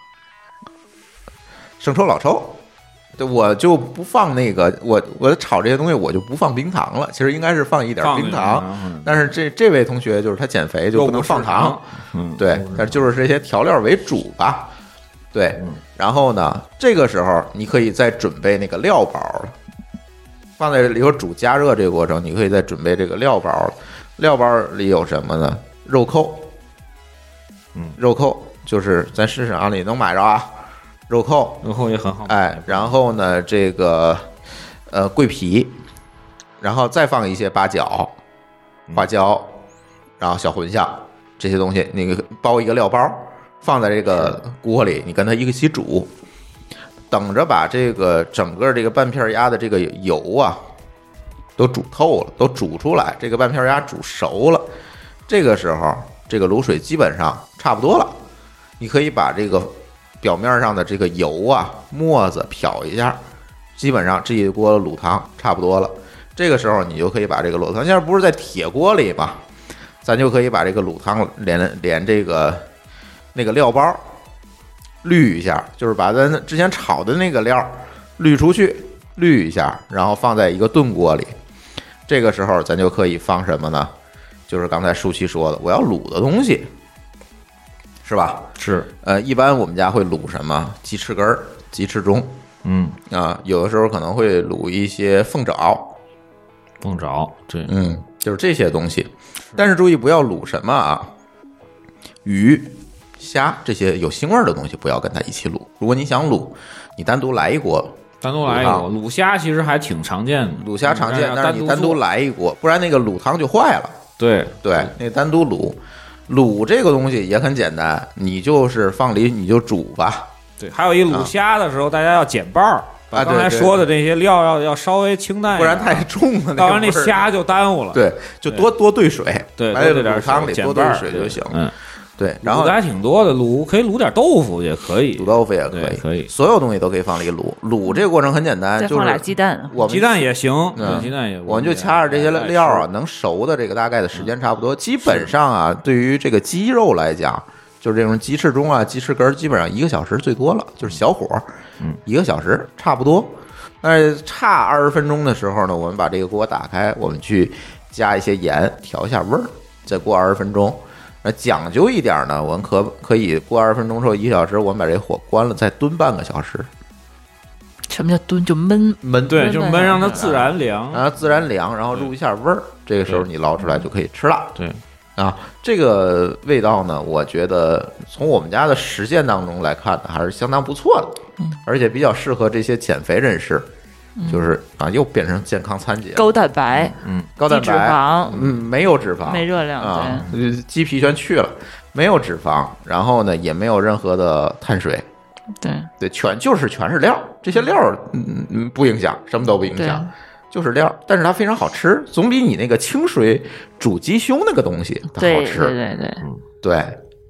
生抽老抽。我就不放那个，我炒这些东西我就不放冰糖了。其实应该是放一点冰糖，但是这位同学就是他减肥就不能放糖，对，但就是这些调料为主吧。对，然后呢，这个时候你可以再准备那个料包了。放在里头煮加热这个过程，你可以再准备这个料包。料包里有什么呢？肉蔻，肉蔻就是咱市场里能买着啊，肉蔻也很好。 然后呢，这个桂皮，然后再放一些八角、花椒，然后小茴香这些东西，那个包一个料包，放在这个锅里，你跟它一起煮。等着把这个整个这个半片鸭的这个油啊都煮透了，都煮出来，这个半片鸭煮熟了，这个时候这个卤水基本上差不多了，你可以把这个表面上的这个油啊沫子漂一下，基本上这一锅卤汤差不多了。这个时候你就可以把这个卤汤，现在不是在铁锅里嘛，咱就可以把这个卤汤连这个那个料包滤一下，就是把咱之前炒的那个料滤出去，滤一下，然后放在一个炖锅里。这个时候咱就可以放什么呢？就是刚才舒淇说的，我要卤的东西，是吧？ 是。 一般我们家会卤什么？鸡翅根、鸡翅中，有的时候可能会卤一些凤爪， 对， 就是这些东西。但是注意不要卤什么啊？鱼、虾这些有腥味的东西不要跟它一起卤。如果你想卤，你单独来一锅。 卤虾其实还挺常见的， 卤虾常见，但是你单独来一锅，不然那个卤汤就坏了。 对， 那单独卤这个东西也很简单，你就是放里你就煮吧。 对，还有一卤虾的时候，大家要减半儿，把刚才说的这些料要稍微清淡一点， 不然太重了， 到完那虾就耽误了。 对，就多兑水， 对， 把这卤汤里多兑水就行。对，然后卤的还挺多的，可以卤点豆腐也可以， 卤豆腐也可以，所有东西都可以放里卤。卤这个过程很简单，就是放俩鸡蛋， 鸡蛋也行，鸡蛋也， 我们就掐着这些料啊，能熟的这个大概的时间差不多。基本上啊，对于这个鸡肉来讲，就是这种鸡翅中啊、鸡翅根，基本上1个小时最多了，就是小火，1个小时差不多。但是差20分钟的时候呢，我们把这个锅打开，我们去加一些盐，调一下味儿，再过20分钟。讲究一点呢，我们可以过20分钟之后1个小时，我们把这火关了，再炖半个小时。 什么叫炖？就焖， 对，就焖让它自然凉， 然后入一下味儿。这个时候你捞出来就可以吃了。 对， 这个味道呢，我觉得从我们家的实践当中来看呢，还是相当不错的，而且比较适合这些减肥人士。就是又变成健康餐节， 高蛋白， 高蛋白， 低脂肪， 没有脂肪， 没热量， 对，鸡皮全去了，没有脂肪，然后呢也没有任何的碳水，对，全是料，这些料不影响，什么都不影响，就是料，但是它非常好吃，总比你那个清水煮鸡胸那个东西它好吃， 对，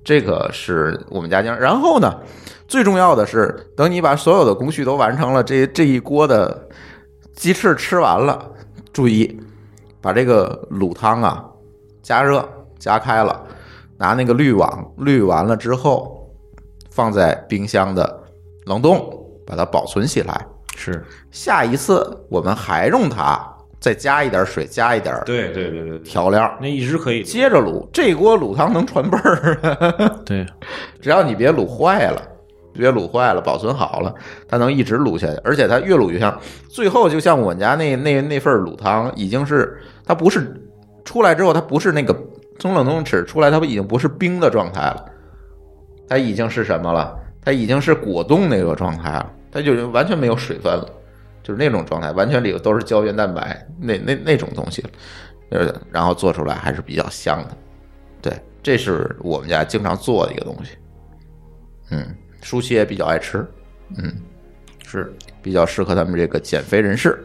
这个是我们家经常。然后呢，最重要的是，等你把所有的工序都完成了，这一锅的鸡翅吃完了，注意把这个卤汤啊加热加开了，拿那个滤网滤完了之后，放在冰箱的冷冻，把它保存起来。 是， 下一次我们还用它，再加一点水，加一点对调料， 那一直可以接着卤。这锅卤汤能传辈儿， 对， 只要你别卤坏了。别卤坏了，保存好了，它能一直卤下去，而且它越卤越香。最后就像我们家那份卤汤，已经是它不是出来之后，它不是那个从冷冻室出来，它已经不是冰的状态了，它已经是什么了？它已经是果冻那个状态了，它就完全没有水分了，就是那种状态，完全里头都是胶原蛋白那种东西了，然后做出来还是比较香的。对，这是我们家经常做的一个东西。舒淇也比较爱吃，是比较适合他们这个减肥人士。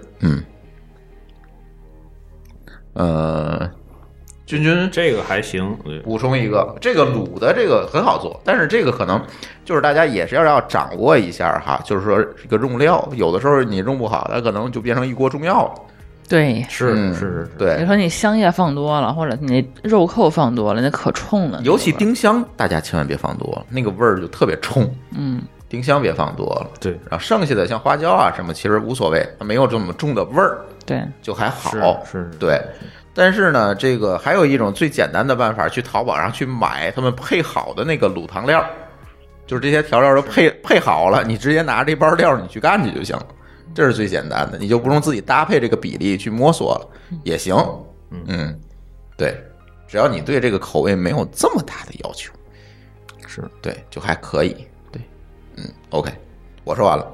君这个还行。 补充一个，这个卤的这个很好做，但是这个可能就是大家也是要掌握一下哈，就是说这个用料，有的时候你用不好，它可能就变成一锅中药了。 对， 是， 对。 你说你香叶放多了，或者你肉蔻放多了，那可冲了。 尤其丁香，大家千万别放多了，那个味儿就特别冲。丁香别放多了。 对， 然后剩下的像花椒啊什么，其实无所谓，它没有这么重的味儿。 对， 就还好。 是， 对。但是呢，这个还有一种最简单的办法，去淘宝上去买他们配好的那个卤汤料，就是这些调料都配好了，你直接拿这包料你去干去就行了。这是最简单的，你就不用自己搭配这个比例去摸索了，也行。对，只要你对这个口味没有这么大的要求， 是对，就还可以。对，OK， 我说完了。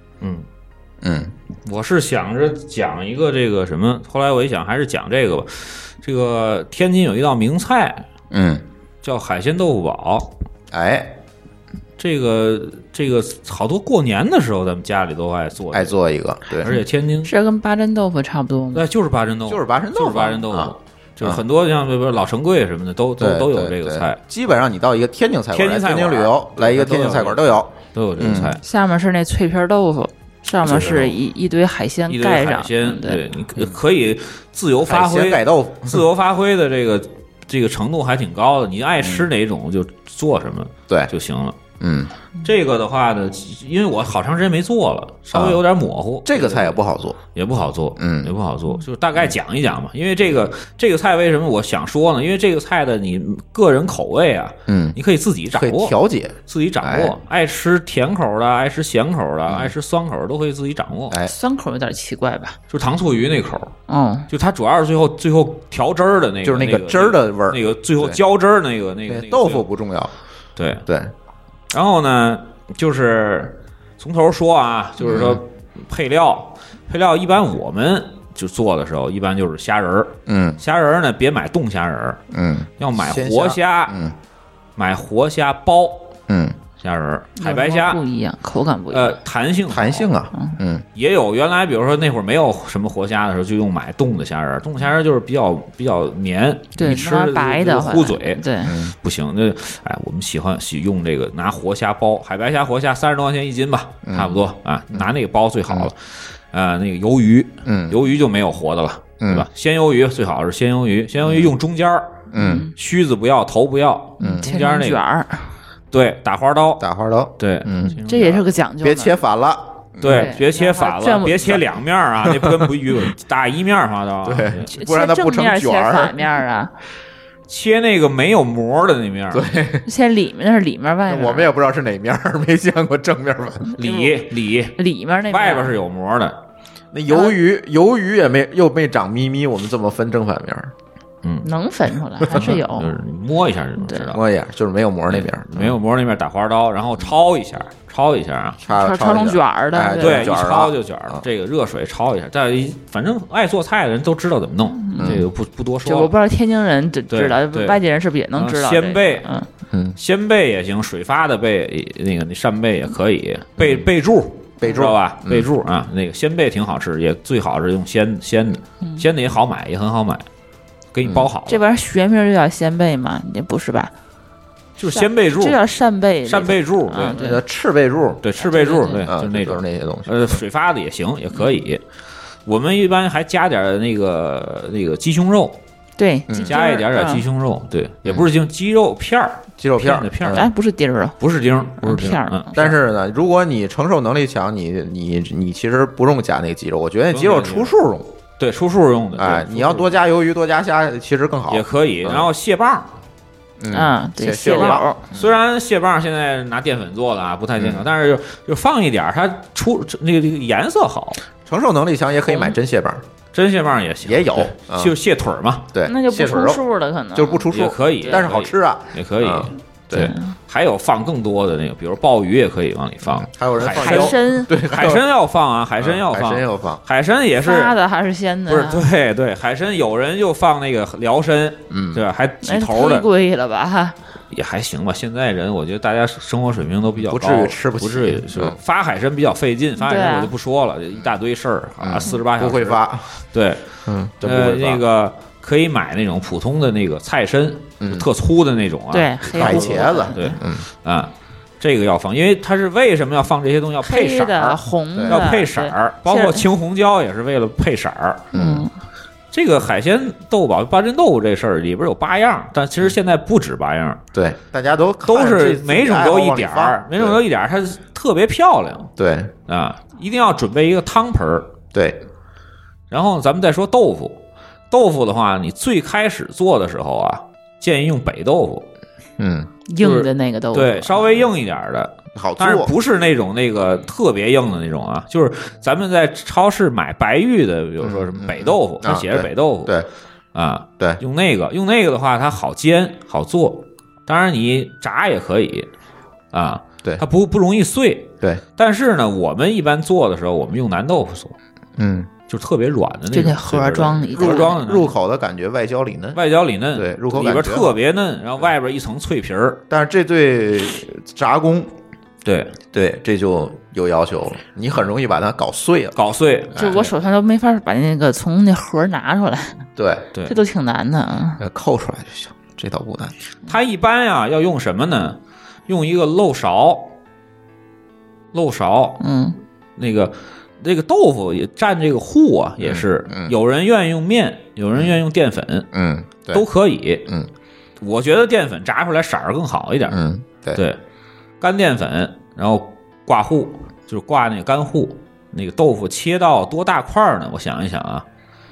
我是想着讲一个这个什么，后来我一想还是讲这个吧。这个天津有一道名菜，叫海鲜豆腐煲。这个好多过年的时候，咱们家里都爱做一个，对。而且天津是跟八珍豆腐差不多吗？ 对，就是八珍豆腐，就是很多像比如老城柜什么的都有这个菜。 基本上你到一个天津菜馆，天津旅游来一个天津菜馆都有这个菜。 下面是那脆皮豆腐，上面是一堆海鲜盖上。 对，你可以自由发挥， 盖豆腐， 自由发挥的这个程度还挺高的。你爱吃哪种就做什么， 对就行了。这个的话呢，因为我好长时间没做了，稍微有点模糊。 这个菜也不好做， 也不好做，就是大概讲一讲吧。因为这个菜为什么我想说呢？因为这个菜的你个人口味啊，你可以自己掌握， 可以调节， 自己掌握。爱吃甜口的，爱吃咸口的，爱吃酸口都可以自己掌握。 酸口有点奇怪吧？ 就是糖醋鱼那口，就它主要是最后调汁儿的那个， 就是那个汁儿的味儿， 那个最后浇汁儿那个豆腐不重要， 对。 然后呢，就是从头说啊，就是说配料一般我们就做的时候，一般就是虾仁儿。虾仁儿呢，别买冻虾仁儿，要买活虾，买活虾包，虾仁儿，海白虾不一样，口感不一样， 弹性啊， 也有原来比如说那会儿没有什么活虾的时候，就用买冻的虾仁儿，冻虾仁儿就是比较绵， 对， 吃白的糊嘴， 对， 不行，我们喜欢用这个拿活虾包，海白虾活虾30多块钱一斤吧，差不多啊，拿那个包最好了。那个鱿鱼，鱿鱼就没有活的了，对吧？鲜鱿鱼最好是鲜鱿鱼用中间儿，须子不要，头不要，中间那个。对，打花刀，对， 这也是个讲究， 别切反了， 对，别切反了，别切两面啊，那跟不鱼打一面花刀， 对，不然它不成卷儿。 反面啊， 切那个没有膜的那面， 对， 切里面那是里面外面， 我们也不知道是哪面，没见过正面反里面那外边是有膜的。 那鱿鱼又没长咪咪，我们怎么分正反面？ 能分出来，还是有， 就是摸一下就能知道。 摸一下就是没有膜那边， 没有膜那边打花刀，然后焯一下啊， 焯成卷儿的， 对，一焯就卷了。这个热水焯一下，反正爱做菜的人都知道怎么弄，这个不多说。 我不知道天津人知道，外地人是不是也能知道？ 鲜贝，鲜贝也行，水发的贝，那扇贝也可以，贝柱知道吧？贝柱啊，那个鲜贝挺好吃，也最好是用鲜的，鲜的也好买，也很好买。给你包好了， 这玩意儿学名就叫鲜贝吗？也不是吧？ 就是鲜贝柱， 这叫扇贝柱， 对，赤贝柱， 对，赤贝柱，对，就是那种那些东西。 水发的也行，也可以。我们一般还加点那个鸡胸肉， 对， 加一点鸡胸肉，对，也不是鸡肉片儿， 鸡肉片的片儿， 哎，不是丁儿啊， 不是丁儿，不是片儿。 但是呢，如果你承受能力强，你其实不用加那个鸡肉，我觉得鸡肉出数用。 对，出数用的。 哎，你要多加鱿鱼，多加虾，其实更好。 也可以。然后蟹棒。 对， 蟹棒。 虽然蟹棒现在拿淀粉做的啊，不太健康，但是就放一点，它出那个颜色好。 承受能力强也可以买真蟹棒， 真蟹棒也行， 也有， 就蟹腿嘛。 对， 那就不出数了，可能就不出数也可以， 但是好吃啊， 也可以。 对， 还有放更多的那个，比如鲍鱼也可以往里放， 还有人放海参， 对， 海参要放啊，海参要放，海参也是发的还是鲜的？ 不是，对，海参有人就放那个辽参，对吧？还几头的， 太贵了吧？ 也还行吧。现在人我觉得大家生活水平都比较高， 不至于吃不起， 不至于是发海参比较费劲，发海参我就不说了，一大堆事儿啊，48小时不会发， 对，那个。可以买那种普通的那个菜参，特粗的那种啊， 对， 海茄子， 对，这个要放，因为它是为什么要放这些东西？要配色儿， 红的要配色儿，包括青红椒也是为了配色儿。这个海鲜豆宝八珍豆腐这事儿里边有8样，但其实现在不止8样。 对，大家都是每种都一点儿，每种都一点儿，它特别漂亮。 对啊，一定要准备一个汤盆儿。 对， 然后咱们再说豆腐。豆腐的话，你最开始做的时候啊，建议用北豆腐， 硬的那个豆腐， 对，稍微硬一点的， 好做， 但是不是那种特别硬的那种啊，就是咱们在超市买白玉的，比如说什么北豆腐，它写着北豆腐， 对， 啊， 对， 用那个的话，它好煎好做，当然你炸也可以，啊， 对， 它不容易碎， 对， 但是呢，我们一般做的时候，我们用南豆腐做，就特别软的那种， 就那盒装的， 入口的感觉外焦里嫩，对，入口里边特别嫩，然后外边一层脆皮儿。 但是这对炸工， 对， 这就有要求了，你很容易把它搞碎了， 就我手上都没法把那个从那盒拿出来， 对， 这都挺难的啊， 扣出来就行，这倒不难。 它一般呀要用什么呢？用一个漏勺，那个豆腐也蘸这个糊啊，也是有人愿意用面，有人愿意用淀粉，都可以。我觉得淀粉炸出来色儿更好一点。对，干淀粉，然后挂糊，就是挂那个干糊。那个豆腐切到多大块呢？我想一想啊，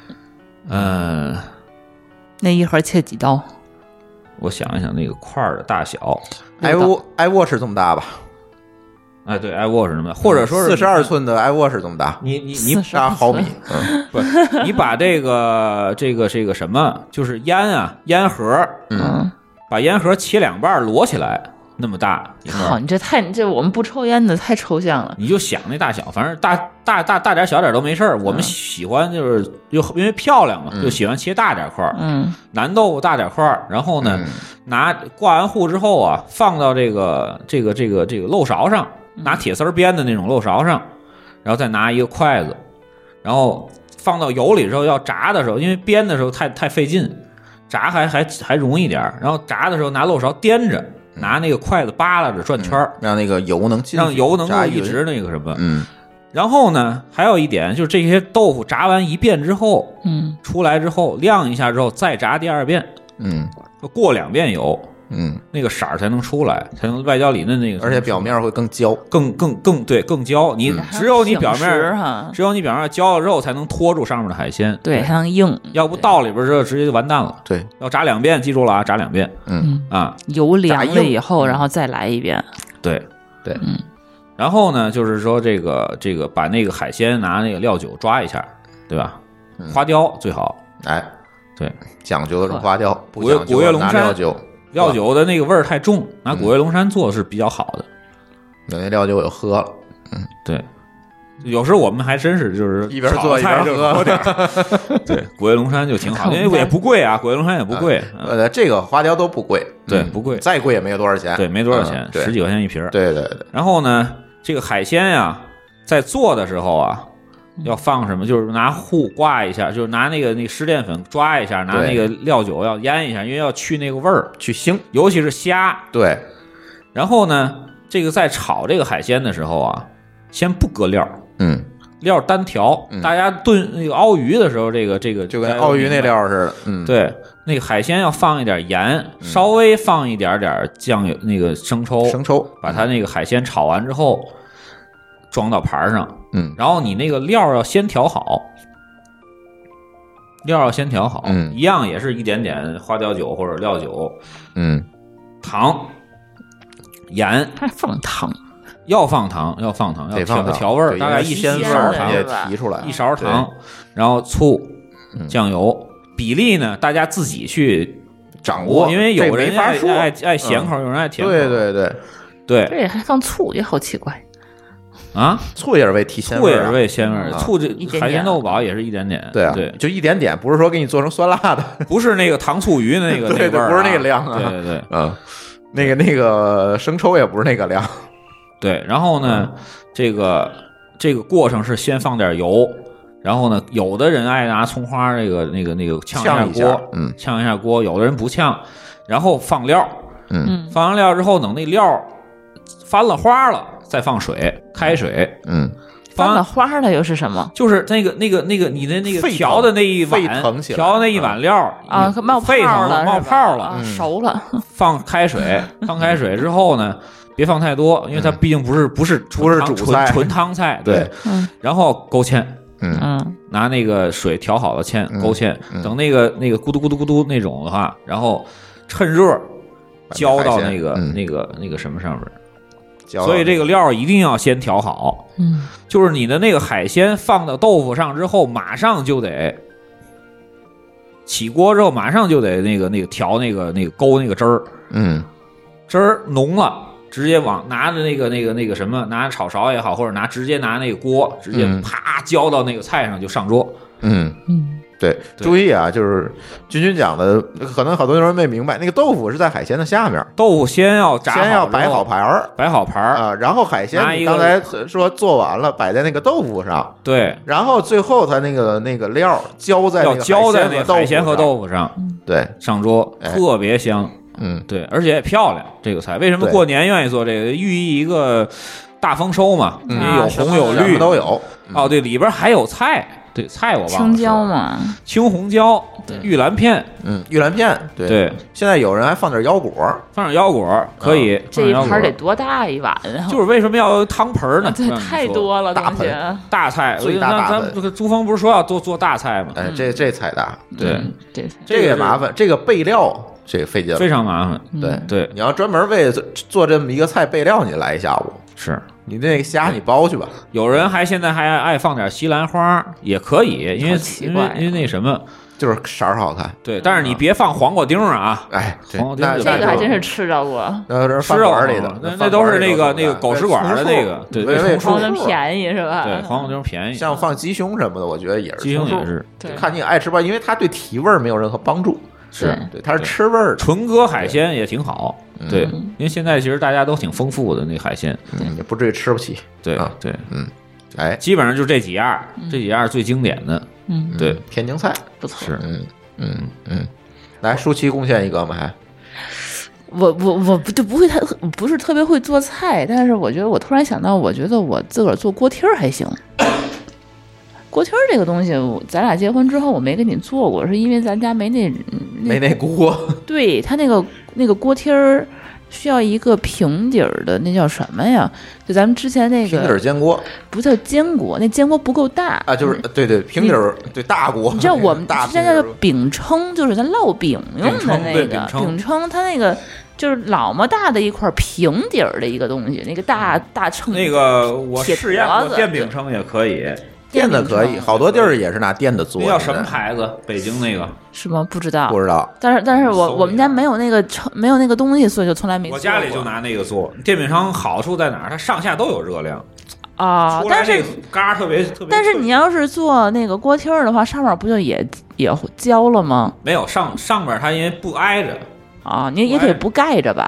那一盒切几刀？ 我想一想那个块的大小 ，iWatch 这么大吧？ 哎，对，iWatch 什么的，或者说是 42寸的 iWatch 这么大， 你 8毫米， 不，你把这个什么，就是烟盒，把烟盒切2半摞起来，那么大一块。 好，你这我们不抽烟的太抽象了。 你就想那大小，反正大点小点都没事儿。我们喜欢就是因为漂亮嘛，就喜欢切大点块。南豆腐大点块，然后呢，挂完糊之后啊，放到这个漏勺上。拿铁丝编的那种漏勺上，然后再拿一个筷子，然后放到油里之后要炸的时候，因为编的时候太费劲，炸还容易点，然后炸的时候拿漏勺掂着，拿那个筷子扒拉着转圈， 让那个油能进去， 让油能够一直那个什么。然后呢，还有一点就是这些豆腐炸完一遍之后，出来之后晾一下之后再炸第2遍，过2遍油。那个色儿才能出来，才能外焦里嫩那个， 而且表面会更焦， 更焦。你只有你表面焦了之后，才能拖住上面的海鲜， 对，才能硬。 要不到里边之后直接就完蛋了。 对， 要炸2遍，记住了啊，炸2遍。 油凉了以后，然后再来一遍。 对，然后呢，就是说这个把那个海鲜拿那个料酒抓一下，对吧？花雕最好。 哎， 对， 讲究的是花雕，不讲究古越龙山料酒的那个味儿太重，拿古越龙山做是比较好的。 有那料酒我就喝了， 对，有时候我们还真是就是一边做一边喝点。对，古越龙山就挺好，因为也不贵啊，古越龙山也不贵。 这个花雕都不贵， 对，不贵， 再贵也没有多少钱。 对，没多少钱，10几块钱一瓶。 对。 然后呢，这个海鲜呀，在做的时候啊， 要放什么？就是拿糊挂一下，就是拿那个湿淀粉抓一下，拿那个料酒要腌一下，因为要去那个味儿， 去腥， 尤其是虾。 对。 然后呢，这个在炒这个海鲜的时候啊，先不搁料，料单调。大家炖那个熬鱼的时候，这个就跟熬鱼那料似的。 对，那个海鲜要放一点盐，稍微放一点酱油，那个生抽，把它那个海鲜炒完之后装到盘上。然后你那个料要先调好，一样也是一点点花雕酒或者料酒，糖。盐还放糖， 要放糖，要调味儿，大概一勺糖也提出来 ，1勺糖，然后醋、酱油比例呢，大家自己去掌握， 因为有人爱咸口，有人爱甜口。对， 这还放醋也好奇怪啊！ 醋也是为提鲜味， 醋也是为鲜味。醋这海鲜豆腐煲也是一点点， 对啊， 对， 就一点点，不是说给你做成酸辣的， 不是那个糖醋鱼那个对， 味儿， 不是那个量啊， 对， 那个生抽也不是那个量， 对。然后呢，这个过程是先放点油，然后呢，有的人爱拿葱花那个炝一下锅，炝一下锅，有的人不炝，然后放料，放完料之后，等那料翻了花了，再放水，开水， 翻了花了又是什么？ 就是那个你的那个调的那一碗，调的那一碗料啊，冒泡了，熟了。 放开水之后呢，别放太多，因为它毕竟不是纯汤菜，对。然后勾芡，拿那个水调好了芡，勾芡，等那个咕嘟咕嘟咕嘟那种的话，然后趁热浇到那个什么上面。所以这个料一定要先调好，就是你的那个海鲜放到豆腐上之后，马上就得起锅之后，马上就得那个调那个勾那个汁儿，汁儿浓了，直接拿着那个什么，拿炒勺也好，或者直接拿那个锅，直接啪浇到那个菜上就上桌， 对，注意啊，就是君讲的，可能好多人没明白，那个豆腐是在海鲜的下面， 豆腐先要摆好盘儿啊，然后海鲜你刚才说做完了摆在那个豆腐上， 对， 然后最后它那个料浇在那个海鲜和豆腐上， 对， 上桌特别香，对，而且也漂亮。这个菜为什么过年愿意做这个？寓意一个大丰收嘛，因为有红有绿都有。 哦，对，里边还有菜。对，菜我忘了。 青椒嘛， 青红椒、玉兰片， 玉兰片，对。现在有人还放点腰果， 可以。 这一盘得多大一碗啊？ 就是为什么要汤盆呢？ 这太多了， 大盆大菜。 最大咱朱峰不是说要做大菜吗？ 哎，这菜大， 对， 这个也麻烦，这个备料这个费劲， 非常麻烦。对， 你要专门为做这么一个菜备料，你来一下午。 是你那个虾你包去吧。 有人现在还爱放点西兰花，也可以，因为那什么， 就是色儿好看。 对，但是你别放黄瓜丁啊！ 哎， 黄瓜丁这个还真是吃着过， 吃着里的， 那都是那个狗食馆的那个，对， 黄瓜丁便宜是吧？ 对，黄瓜丁便宜。 像放鸡胸什么的，我觉得也是。 鸡胸也是， 看你爱吃吧，因为它对提味没有任何帮助。对，它是吃味儿。 纯搁海鲜也挺好，对，因为现在其实大家都挺丰富的那海鲜， 也不至于吃不起。 对， 哎， 基本上就这几样，最经典的，对， 天津菜不错， 是， 来，舒淇贡献一个吗？还， 我就不是特别会做菜，但是我觉得我突然想到，我觉得我自个儿做锅贴还行。锅贴这个东西，咱俩结婚之后我没给你做过，是因为咱家没那锅。 对，他那个锅贴需要一个平底儿的，那叫什么呀？就咱们之前那个平底儿煎锅， 不叫煎锅，那煎锅不够大啊。就是对平底儿对大锅。 你知道我们之前叫饼铛，就是咱烙饼用的那个饼铛，它那个。就是老么大的一块平底儿的一个东西，那个大秤， 那个我试验过电饼铛也可以， 电的可以，好多地儿也是拿电的做。 那叫什么牌子？北京那个是吗？不知道。但是我们家没有那个东西，所以就从来没做过。 我家里就拿那个做电饼铛，好处在哪儿？它上下都有热量啊，但是嘎特别。 但是你要是做那个锅贴的话，上面不就也焦了吗？ 没有上面它因为不挨着。 啊，你也可以不盖着吧？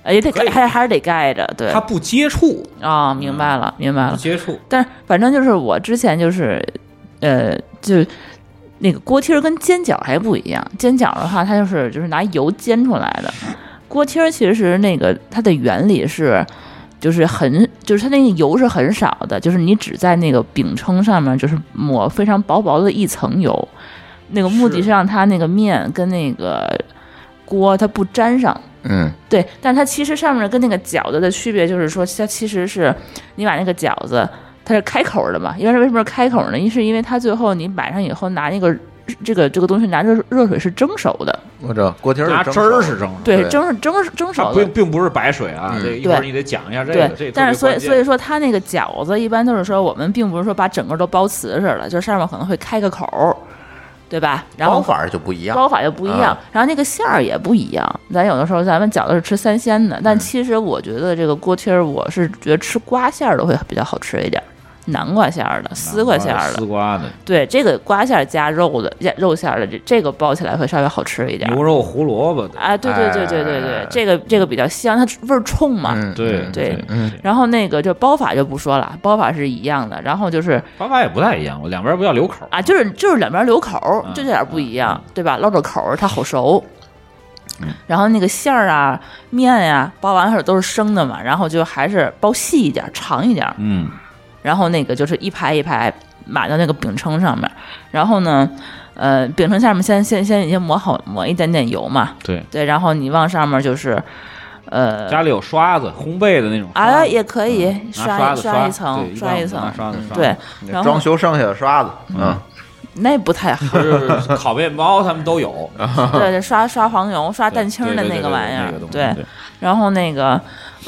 也得还是得盖着，对， 它不接触啊，明白了，明白了， 不接触。 但是反正就是我之前就是就那个锅贴跟煎饺还不一样，煎饺的话它就是拿油煎出来的，锅贴其实那个它的原理是。就是它那个油是很少的，就是你只在那个饼铛上面就是抹非常薄薄的一层油，那个目的是让它那个面跟那个锅它不粘上。对，但它其实上面跟那个饺子的区别就是说，它其实是你把那个饺子它是开口的嘛，因为为什么是开口呢？是因为它最后你摆上以后拿那个这个东西拿热水是蒸熟的。 我知道锅贴拿汁儿是蒸熟， 对，蒸熟的， 并不是白水啊。这一会儿你得讲一下这个。 对，但是所以说它那个饺子一般都是说我们并不是说把整个都包瓷实了，就上面可能会开个口，对吧？然后包法就不一样， 然后那个馅儿也不一样。咱有的时候咱们饺子是吃三鲜的，但其实我觉得这个锅贴我是觉得吃瓜馅儿的会比较好吃一点。南瓜馅儿的、丝瓜馅儿的、 丝瓜的， 对，这个瓜馅儿加肉的、肉馅儿的，这个包起来会稍微好吃一点。 牛肉胡萝卜的， 啊，对，这个比较香，它味儿冲嘛。 对。 然后那个就包法就不说了，包法是一样的，然后就是包法也不太一样，我两边不要留口啊，就是两边留口，就这点不一样，对吧？露着口它好熟。然后那个馅儿啊、面呀，包完事都是生的嘛，然后就还是包细一点、长一点。然后那个就是一排一排码到那个饼铛上面，然后呢，饼铛下面先已经抹一点点油嘛，对，然后你往上面就是， 家里有刷子，烘焙的那种啊，也可以刷一层，对，然后装修剩下的刷子， 那不太好， 就是烤面包他们都有， 对，刷黄油、刷蛋清的那个玩意儿，对，然后那个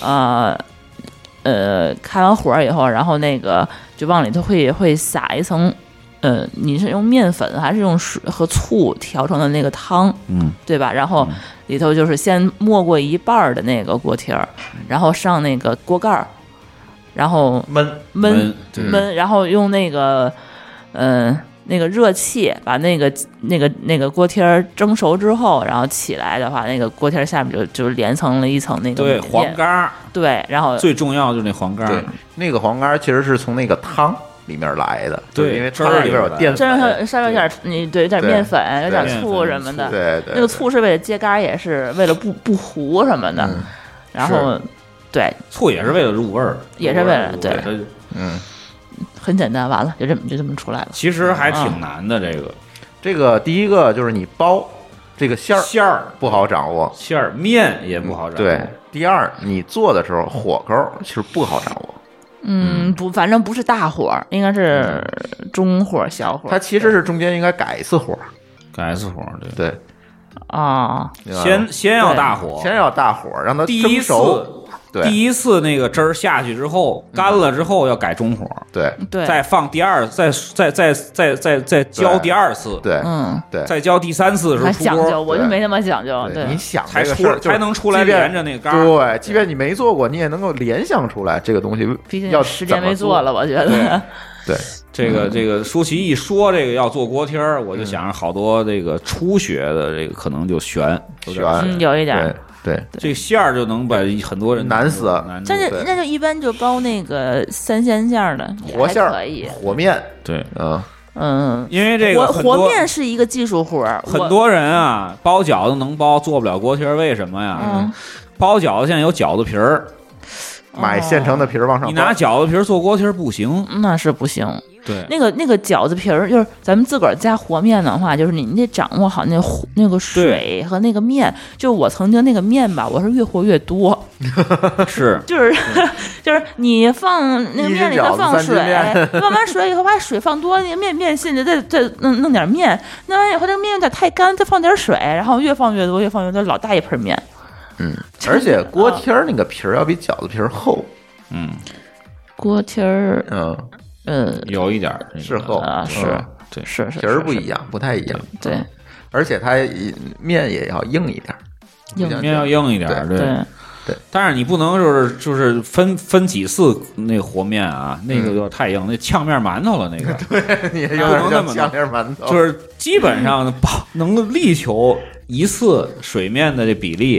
开完火以后，然后那个就往里头会撒一层，你是用面粉还是用水和醋调成的那个汤，对吧？然后里头就是先没过一半的那个锅贴儿，然后上那个锅盖儿，然后焖，然后用那个那个热气把那个锅贴蒸熟之后，然后起来的话，那个锅贴下面就连成了一层那个黄干， 对，然后最重要就是那黄干， 对，那个黄干其实是从那个汤里面来的， 对， 因为汤里边有淀粉， 稍微有点有点面粉，有点醋什么的， 对， 那个醋是为了揭干，也是为了不糊什么的，然后对， 醋也是为了入味儿， 也是为了对，很简单，完了就这么出来了。 其实还挺难的， 这个第一个就是你包这个馅儿不好掌握， 馅儿面也不好掌握。 对，第二你做的时候火候其实不好掌握。 不，反正不是大火，应该是中火、小火。 它其实是中间应该改一次火，对。 啊， 先要大火， 让它蒸熟。 第一次那个汁儿下去之后，干了之后要改中火， 对， 再放第二，再浇第二次， 对， 对，再浇第三次的时候出锅， 讲究，我就没那么讲究，对， 你想才能出来连着那个干， 对，即便你没做过，你也能够联想出来这个东西， 毕竟要时间没做了，我觉得， 对， 这个舒淇一说这个要做锅贴儿，我就想着好多这个初学的这个可能就悬， 有一点。 对， 这个馅儿就能把很多人难死。 那就一般就包那个三鲜馅的， 和馅可以， 和面， 对， 因为这个和面是一个技术活儿， 很多人啊包饺子能包，做不了锅贴，为什么呀？包饺子现在有饺子皮儿， 买现成的皮儿往上包， 你拿饺子皮儿做锅贴不行， 那是不行。 对， 那个饺子皮儿，就是咱们自个儿家和面的话，就是你得掌握好那个水和那个面。就我曾经那个面吧，我是越和越多，就是你放那个面里头放水，放完水以后把水放多，那个面现在再弄点面，弄完以后这个面有点太干，再放点水，然后越放越多，老大一盆面。 而且锅贴那个皮儿要比饺子皮儿厚。 锅贴儿， 有一点是厚啊， 对， 是皮儿不一样，不太一样。 对， 而且它面也要硬一点， 面要硬一点， 对。 但是你不能就是分几次那个和面啊，那个有点太硬，那呛面馒头了那个。 对，你不能那么呛面馒头， 就是基本上能力求一次水面的这比例。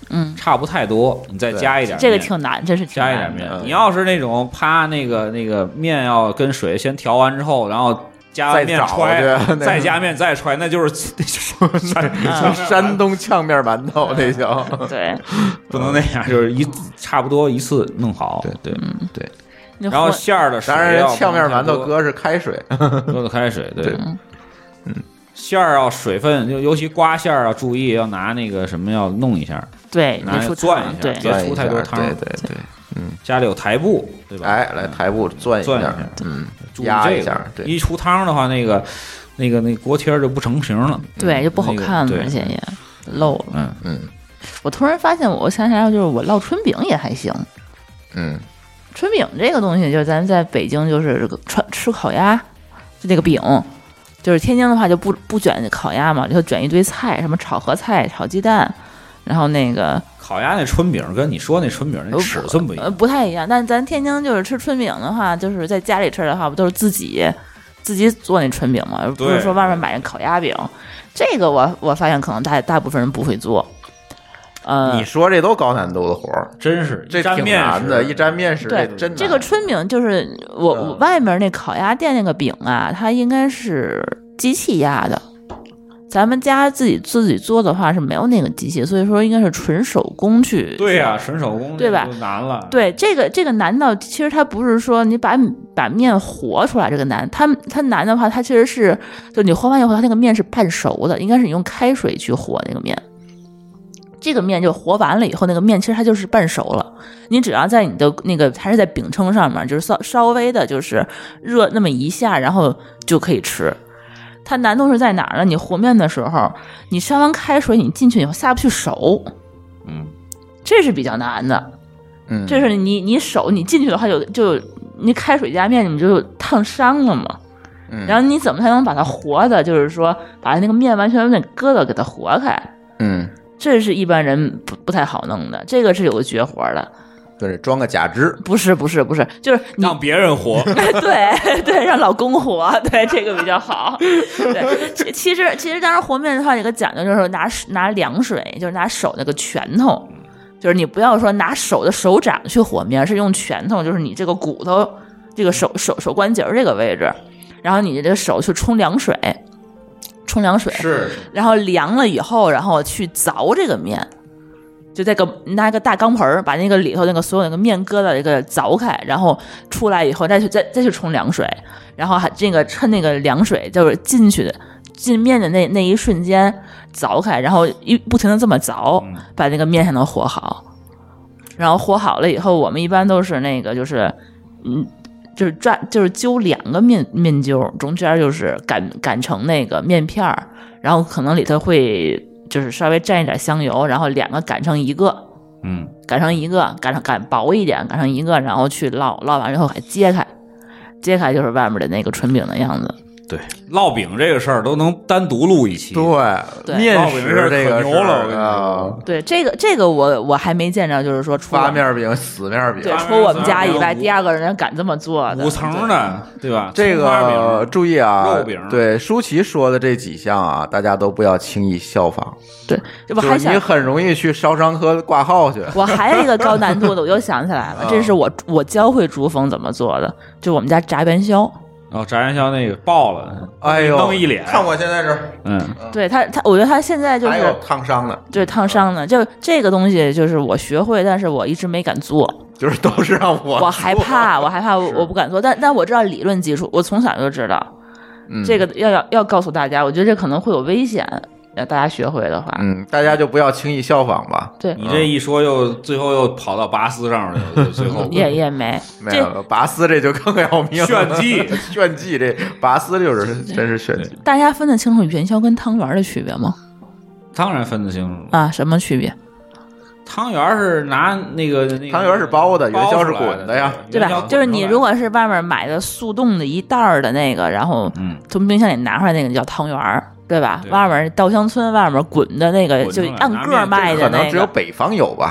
差不太多，你再加一点面， 这个挺难，真是挺难加一点面。你要是那种啪那个面要跟水先调完之后，然后加完面揣，再加面再揣，那就是山东呛面馒头那叫。 对， 不能那样，就是差不多一次弄好。对对。 然后馅儿的水， 当然呛面馒头搁是开水， 搁的开水，对，馅儿要水分，尤其刮馅儿要注意，要拿那个什么要弄一下， 对， 拿攥一下，别出太多汤。 对， 家里有台布，对吧？ 哎，来台布攥一下，压一下。对， 一出汤的话，那个锅贴就不成形了， 对，就不好看了，而且也漏了。我突然发现，我想起来，就是我烙春饼也还行。春饼这个东西，就是咱在北京就是吃烤鸭，就这个饼，就是天津的话就不卷烤鸭嘛，就卷一堆菜，什么炒合菜、炒鸡蛋，然后那个烤鸭那春饼跟你说那春饼那尺寸不一样， 不太一样。但咱天津就是吃春饼的话，就是在家里吃的话，不都是自己做那春饼嘛，不是说外面买那烤鸭饼。这个我发现可能大部分人不会做。 你说这都高难度的活儿， 真是这挺难的。一沾面食，这真难。 这个春饼就是我外面那烤鸭店那个饼啊，它应该是机器压的。咱们家自己做的话是没有那个机器，所以说应该是纯手工去。 对呀，纯手工， 对吧？ 难了。 对，这个难到其实它不是说你把面和出来这个难，它难的话，它其实是就你和完以后，它那个面是半熟的，应该是你用开水去和那个面。这个面就和完了以后，那个面其实它就是半熟了。你只要在你的那个还是在饼铛上面，就是稍微的，就是热那么一下，然后就可以吃。它难度是在哪儿呢？你和面的时候，你烧完开水，你进去以后下不去手，这是比较难的。这是你手你进去的话就你开水加面，你就烫伤了嘛。然后你怎么才能把它和的？就是说把那个面完全那疙瘩给它和开。这是一般人不太好弄的，这个是有个绝活的。 对，装个假肢。不是， 就是让别人活。 对，让老公活，对，这个比较好。对，其实当然和面的话，有个讲究就是拿凉水，就是拿手那个拳头，就是你不要说拿手的手掌去和面，是用拳头，就是你这个骨头这个手关节这个位置，然后你这个手去冲凉水。 是， 然后凉了以后，然后去凿这个面，就拿个大钢盆把那个里头那个所有那个面疙瘩这个凿开，然后出来以后再去冲凉水，然后还这个趁那个凉水就是进面的那一瞬间凿开，然后不停的这么凿，把那个面才能和好。然后和好了以后，我们一般都是那个就是就是揪两个面揪，中间就是擀成那个面片儿，然后可能里头会就是稍微蘸一点香油，然后两个擀成一个，擀薄一点，擀成一个，然后去烙完之后还揭开就是外面的那个春饼的样子。 对，烙饼这个事儿都能单独录一期。 对，面食这个牛了。 对，这个我还没见着，就是说发面饼、死面饼。 对，除我们家以外，第二个人敢这么做的。 5层的，对吧？ 这个注意啊， 肉饼。 对，舒淇说的这几项啊，大家都不要轻易效仿。 对，这不还想你很容易去烧伤科挂号去。 我还有一个高难度的，我又想起来了，这是我教会朱峰怎么做的，就我们家炸元宵。 炸元宵那个爆了， 哎呦， 弄一脸。 看我现在这， 对他，我觉得他现在就是还有烫伤的， 对烫伤的，就这个东西就是我学会，但是我一直没敢做， 就是都是让我害怕，我不敢做，但我知道理论基础，我从小就知道，这个要告诉大家，我觉得这可能会有危险。要大家学会的话， 大家就不要轻易效仿吧。 对， 你这一说最后又跑到拔丝上了，最后也没有拔丝，这就更要命了。 炫技， 这拔丝就是真是炫技。 大家分得清楚元宵跟汤圆的区别吗？ 当然分得清楚啊，什么区别？ 汤圆是拿那个汤圆是包的，元宵是滚的呀， 对吧？就是你如果是外面买的速冻的一袋的那个，然后从冰箱里拿出来那个叫汤圆。对吧？外面稻香村外面滚的那个，就按个卖的那个， 可能只有北方有吧。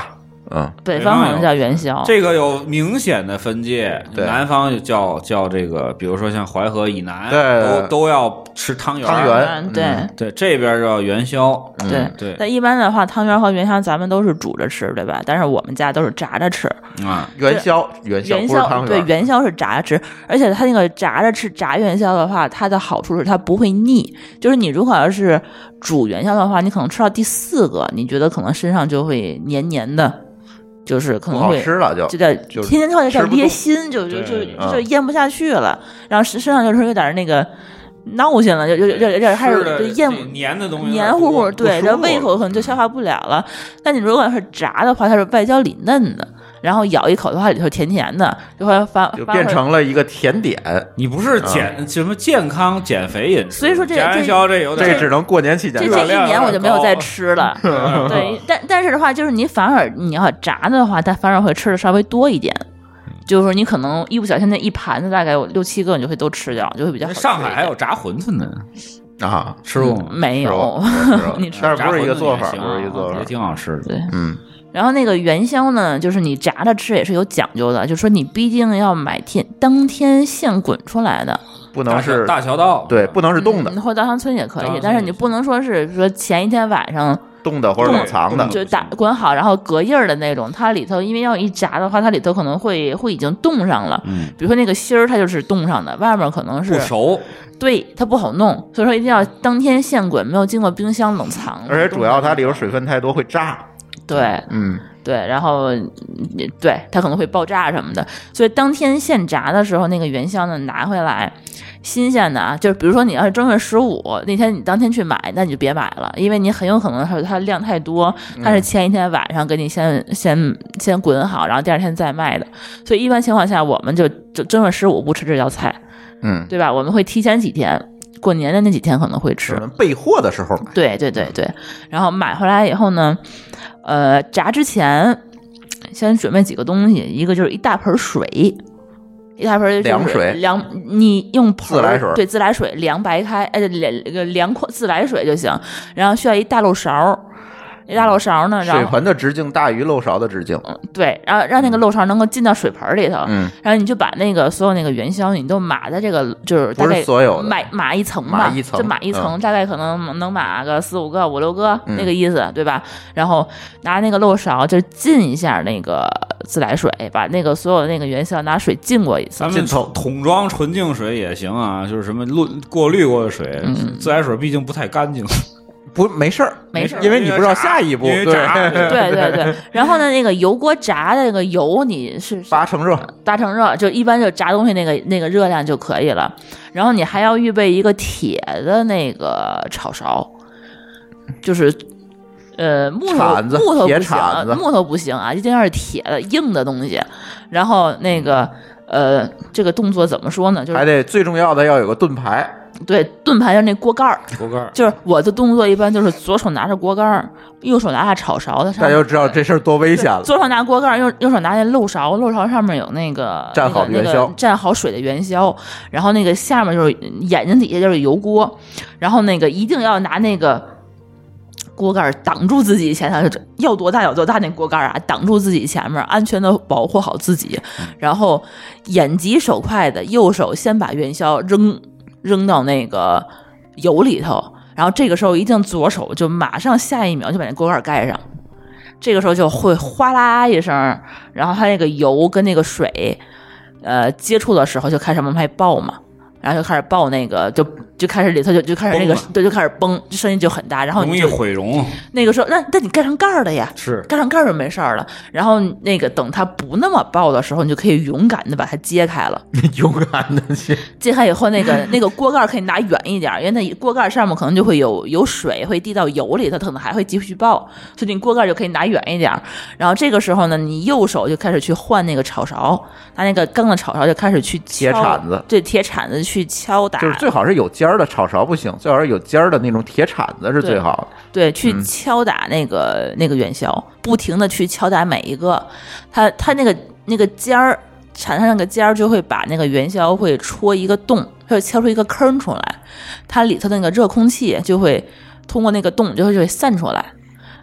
北方可能叫元宵。 这个有明显的分界， 对南方就叫这个，比如说像淮河以南， 对都要吃汤圆。 汤圆， 对，这边叫元宵。对。 但一般的话，汤圆和元宵咱们都是煮着吃，对吧？但是我们家都是炸着吃啊。元宵不是汤圆， 对，元宵是炸着吃，而且它那个炸着吃炸元宵的话，它的好处是它不会腻。就是你如果要是煮元宵的话，你可能吃到第4个，你觉得可能身上就会黏黏的，就是可能会不好吃了，就天天跳叫噎心，就咽不下去了，然后身上就是有点那个闹心了，就开始咽黏的东西， 黏糊糊，对，这胃口可能就消化不了了。但你如果是炸的话，它是外焦里嫩的。然后咬一口的话，里头甜甜的，就变成了一个甜点。 你不是什么健康减肥饮食， 所以说炸元宵这有点， 这只能过年期间。 这一年我就没有再吃了。对，但是的话，就是你反而你要炸的话，它反而会吃的稍微多一点。就是你可能一不小心那一盘子大概有6、7个，你就会都吃掉，就会比较好吃。 上海还有炸馄饨呢。 啊， 吃过吗？ 没有，你吃？ 但是不是一个做法，不是一个做法， 也挺好吃的。 对，然后那个元宵呢，就是你炸着吃也是有讲究的，就是说你毕竟要买当天现滚出来的， 不能是大桥道， 对，不能是冻的， 或者稻香村也可以，但是你不能说是说前一天晚上冻的或者冷藏的， 就滚好然后隔夜的那种，它里头因为要一炸的话，它里头可能会已经冻上了，比如说那个芯儿它就是冻上的，外面可能是不熟。 对，它不好弄，所以说一定要当天现滚，没有经过冰箱冷藏。 而且主要它里头水分太多会炸。 对，对，然后对它可能会爆炸什么的，所以当天现炸的时候，那个元宵呢拿回来，新鲜的啊，就是比如说你要是正月15那天你当天去买，那你就别买了，因为你很有可能它量太多，它是前一天晚上给你先滚好，然后第二天再卖的，所以一般情况下我们就正月15不吃这道菜。对吧？我们会提前几天，过年的那几天可能会吃。 备货的时候买。 对，然后买回来以后呢，炸之前先准备几个东西，一个就是一大盆水，一大盆凉水， 你用盆自来水， 对，自来水凉白开，凉自来水就行。然后需要一大漏勺。一大漏勺呢， 水盆的直径大于漏勺的直径。 对，然后让那个漏勺能够进到水盆里头。然后你就把那个所有那个元宵，你都码在这个，就是大概所有的码一层吧，就码一层，大概可能能码个4、5个、5、6个那个意思，对吧？然后拿那个漏勺就浸一下那个自来水，把那个所有的那个元宵拿水浸过一次。 咱们桶装纯净水也行啊，就是什么过滤过的水，自来水毕竟不太干净。 没事儿，因为你不知道下一步。 对。然后呢，那个油锅炸的那个油你是 8成热， 就一般就炸东西那个热量就可以了。然后你还要预备一个铁的那个炒勺，就是木头不行啊，一定要是铁的硬的东西。然后那个这个动作怎么说呢？就是还得最重要的要有个盾牌。 对，盾牌就是那锅盖儿，就是我的动作一般就是左手拿着锅盖儿，右手拿下炒勺的。 大家就知道这事儿多危险了。 左手拿锅盖儿，右手拿那漏勺，漏勺上面有那个蘸好元宵， 蘸好水的元宵，然后那个下面就是眼睛底下就是油锅，然后那个一定要拿那个锅盖挡住自己前头，要多大有多大那锅盖啊，挡住自己前面，安全的保护好自己，然后眼疾手快的右手先把元宵扔到那个油里头，然后这个时候一定左手就马上下一秒就把那锅盖盖上，这个时候就会哗啦一声，然后它那个油跟那个水接触的时候就开始往外爆嘛，然后就开始爆那个就开始里头就开始那个对就开始崩，声音就很大，然后容易毁容。 那个时候那你盖上盖儿了呀， 是盖上盖儿就没事了。然后那个等它不那么爆的时候，你就可以勇敢的把它揭开了。 勇敢的揭开以后，那个锅盖可以拿远一点，因为那锅盖上面可能就会有水会滴到油里，它可能还会继续爆，所以你锅盖就可以拿远一点。然后这个时候呢，你右手就开始去换那个炒勺，拿那个钢的炒勺就开始去铁铲子， 对，铁铲子去敲打， 就是最好是有尖的炒勺不行，最好是有尖的那种铁铲子是最好的。 对，去敲打那个元宵，不停的去敲打每一个，它那个尖儿，铲上那个尖儿就会把那个元宵会戳一个洞，会敲出一个坑出来，它里头那个热空气就会通过那个洞就会散出来。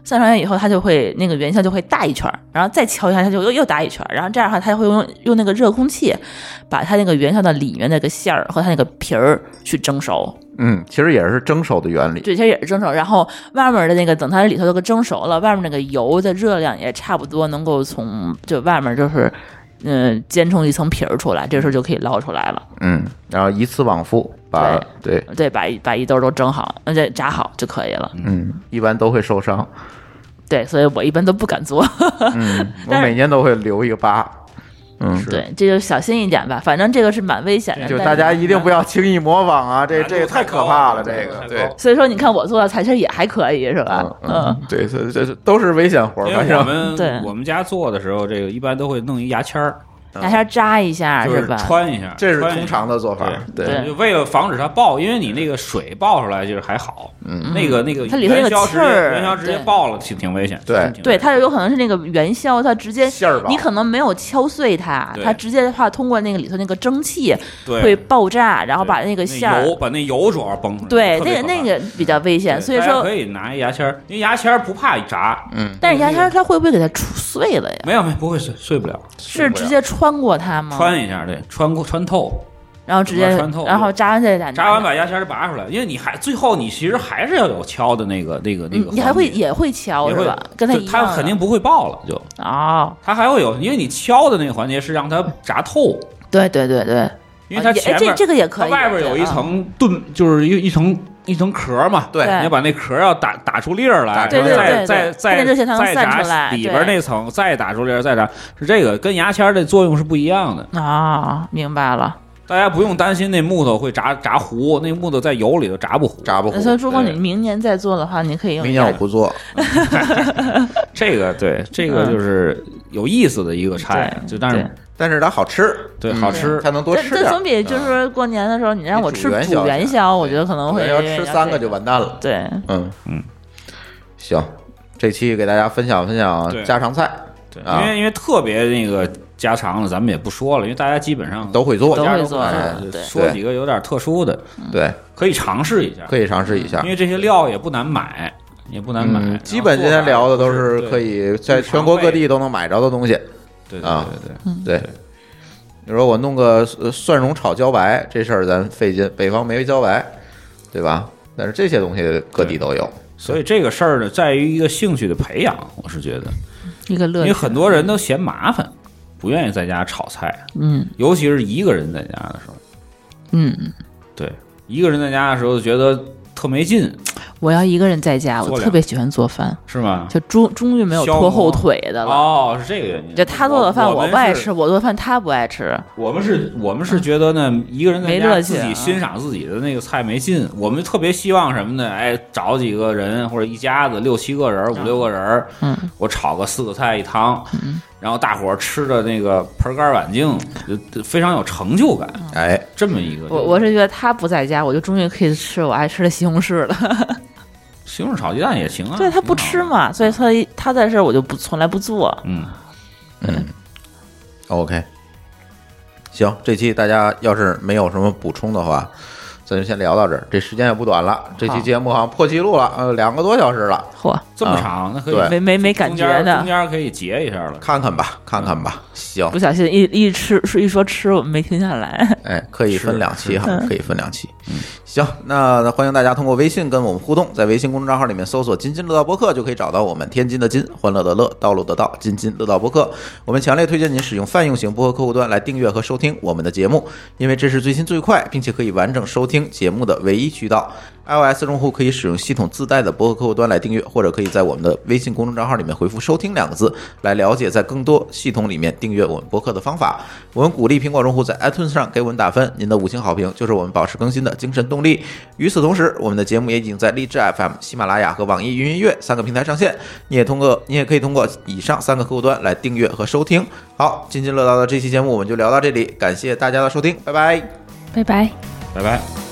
散出来以后，它就会那个元宵就会大一圈，然后再敲一下，它就又大一圈，然后这样的话，它会用那个热空气把它那个元宵的里面那个馅儿和它那个皮儿去蒸熟。 其实也是蒸熟的原理。 对，其实也是蒸熟，然后外面的那个等它里头都给蒸熟了，外面那个油的热量也差不多能够从就外面就是煎成一层皮儿出来，这时候就可以捞出来了。 然后依次往复把把一兜都蒸好，这炸好就可以了。 一般都会受伤。 对，所以我一般都不敢做。 我每年都会留一个疤。 对，这就小心一点吧，反正这个是蛮危险的， 就大家一定不要轻易模仿啊，这个太可怕了，这个对。 所以说你看我做的菜其实也还可以，是吧？ 对，这都是危险活儿。反正我们家做的时候，这个一般都会弄一牙签儿。 牙签扎一下是吧？ 穿一下， 这是通常的做法。 对，为了防止它爆，因为你那个水爆出来就是还好，那个它里头那个气儿， 元宵直接爆了，挺危险。 对，它有可能是那个元宵，它直接你可能没有敲碎它，它直接的话通过那个里头那个蒸汽会爆炸，然后把那个馅儿把那油主要崩出来。 对，那个比较危险，所以说可以拿一牙签，因为牙签不怕炸。 但是牙签它会不会给它碎了呀？ 没有，不会碎不了， 是直接穿过它吗？ 穿一下，对，穿透， 然后直接穿透， 然后扎完再扎完把牙签拔出来，因为你最后你其实还是要有敲的那个， 你也会敲是吧？跟它一样， 它肯定不会爆了就它还会有，因为你敲的那个环节是让它炸透。 对， 因为它前面这个也可以， 它外边有一层就是一层壳嘛， 对， 你要把那壳要打出粒儿来， 对， 再炸里边那层，再打出粒儿，再炸，是这个跟牙签的作用是不一样的啊。明白了， 大家不用担心那木头会炸糊，那木头在油里头炸不糊。 所以如果你明年再做的话，你可以用。 明年我不做。 这个就是有意思的一个菜，就但是它好吃， 对，好吃， 才能多吃点。 这总比就是过年的时候你让我吃煮元宵，我觉得可能会要吃3个就完蛋了。 对， 行，这期给大家分享家常菜， 对，因为特别那个家常的咱们也不说了，因为大家基本上都会做， 说几个有点特殊的， 对， 可以尝试一下，因为这些料也不难买。 基本今天聊的都是可以在全国各地都能买着的东西。对，你说我弄个蒜蓉炒茭白这事儿咱费劲，北方没茭白，对吧？但是这些东西各地都有， 所以这个事儿呢，在于一个兴趣的培养，我是觉得一个乐趣。 因为很多人都嫌麻烦，不愿意在家炒菜，尤其是一个人在家的时候，对，一个人在家的时候觉得特没劲。 我要一个人在家，我特别喜欢做饭， 是吗？ 就终于没有拖后腿的了。 是这个原因。 就他做的饭我不爱吃，我做的饭他不爱吃。我们是觉得呢，一个人在家自己欣赏自己的那个菜没劲。我们特别希望什么呢？找几个人或者一家子6、7个人、5、6个人，我炒个4个菜一汤，然后大伙儿吃的那个盆干碗净，就非常有成就感。这么一个。 我是觉得他不在家，我就终于可以吃我爱吃的西红柿了。 西红柿炒鸡蛋也行啊。 对，他不吃嘛，所以他在这儿我就从来不做。 OK， 行，这期大家要是没有什么补充的话，咱就先聊到这儿。这时间也不短了，这期节目好像破纪录了，2个多小时了。 嚯， 这么长，那可以没感觉的， 中间可以截一下了， 看看吧。行， 不小心一说吃，我们没停下来。 可以分2期哈，可以分2期。行，那欢迎大家通过微信跟我们互动，在微信公众账号里面搜索“津津乐道播客”就可以找到我们。天津的津，欢乐的乐，道路的道，津津乐道播客。我们强烈推荐您使用泛用型播客客户端来订阅和收听我们的节目，因为这是最新最快，并且可以完整收听节目的唯一渠道。iOS 用户可以使用系统自带的播客客户端来订阅，或者可以在我们的微信公众账号里面回复“收听”2个字，来了解在更多系统里面订阅我们播客的方法。我们鼓励苹果用户在 iTunes 上给我们打分，您的5星好评就是我们保持更新的精神动力。与此同时，我们的节目也已经在荔枝 FM、喜马拉雅和网易云音乐3个平台上线，你也可以通过以上3个客户端来订阅和收听。好，津津乐道的这期节目我们就聊到这里，感谢大家的收听，拜拜， 拜拜， 拜拜。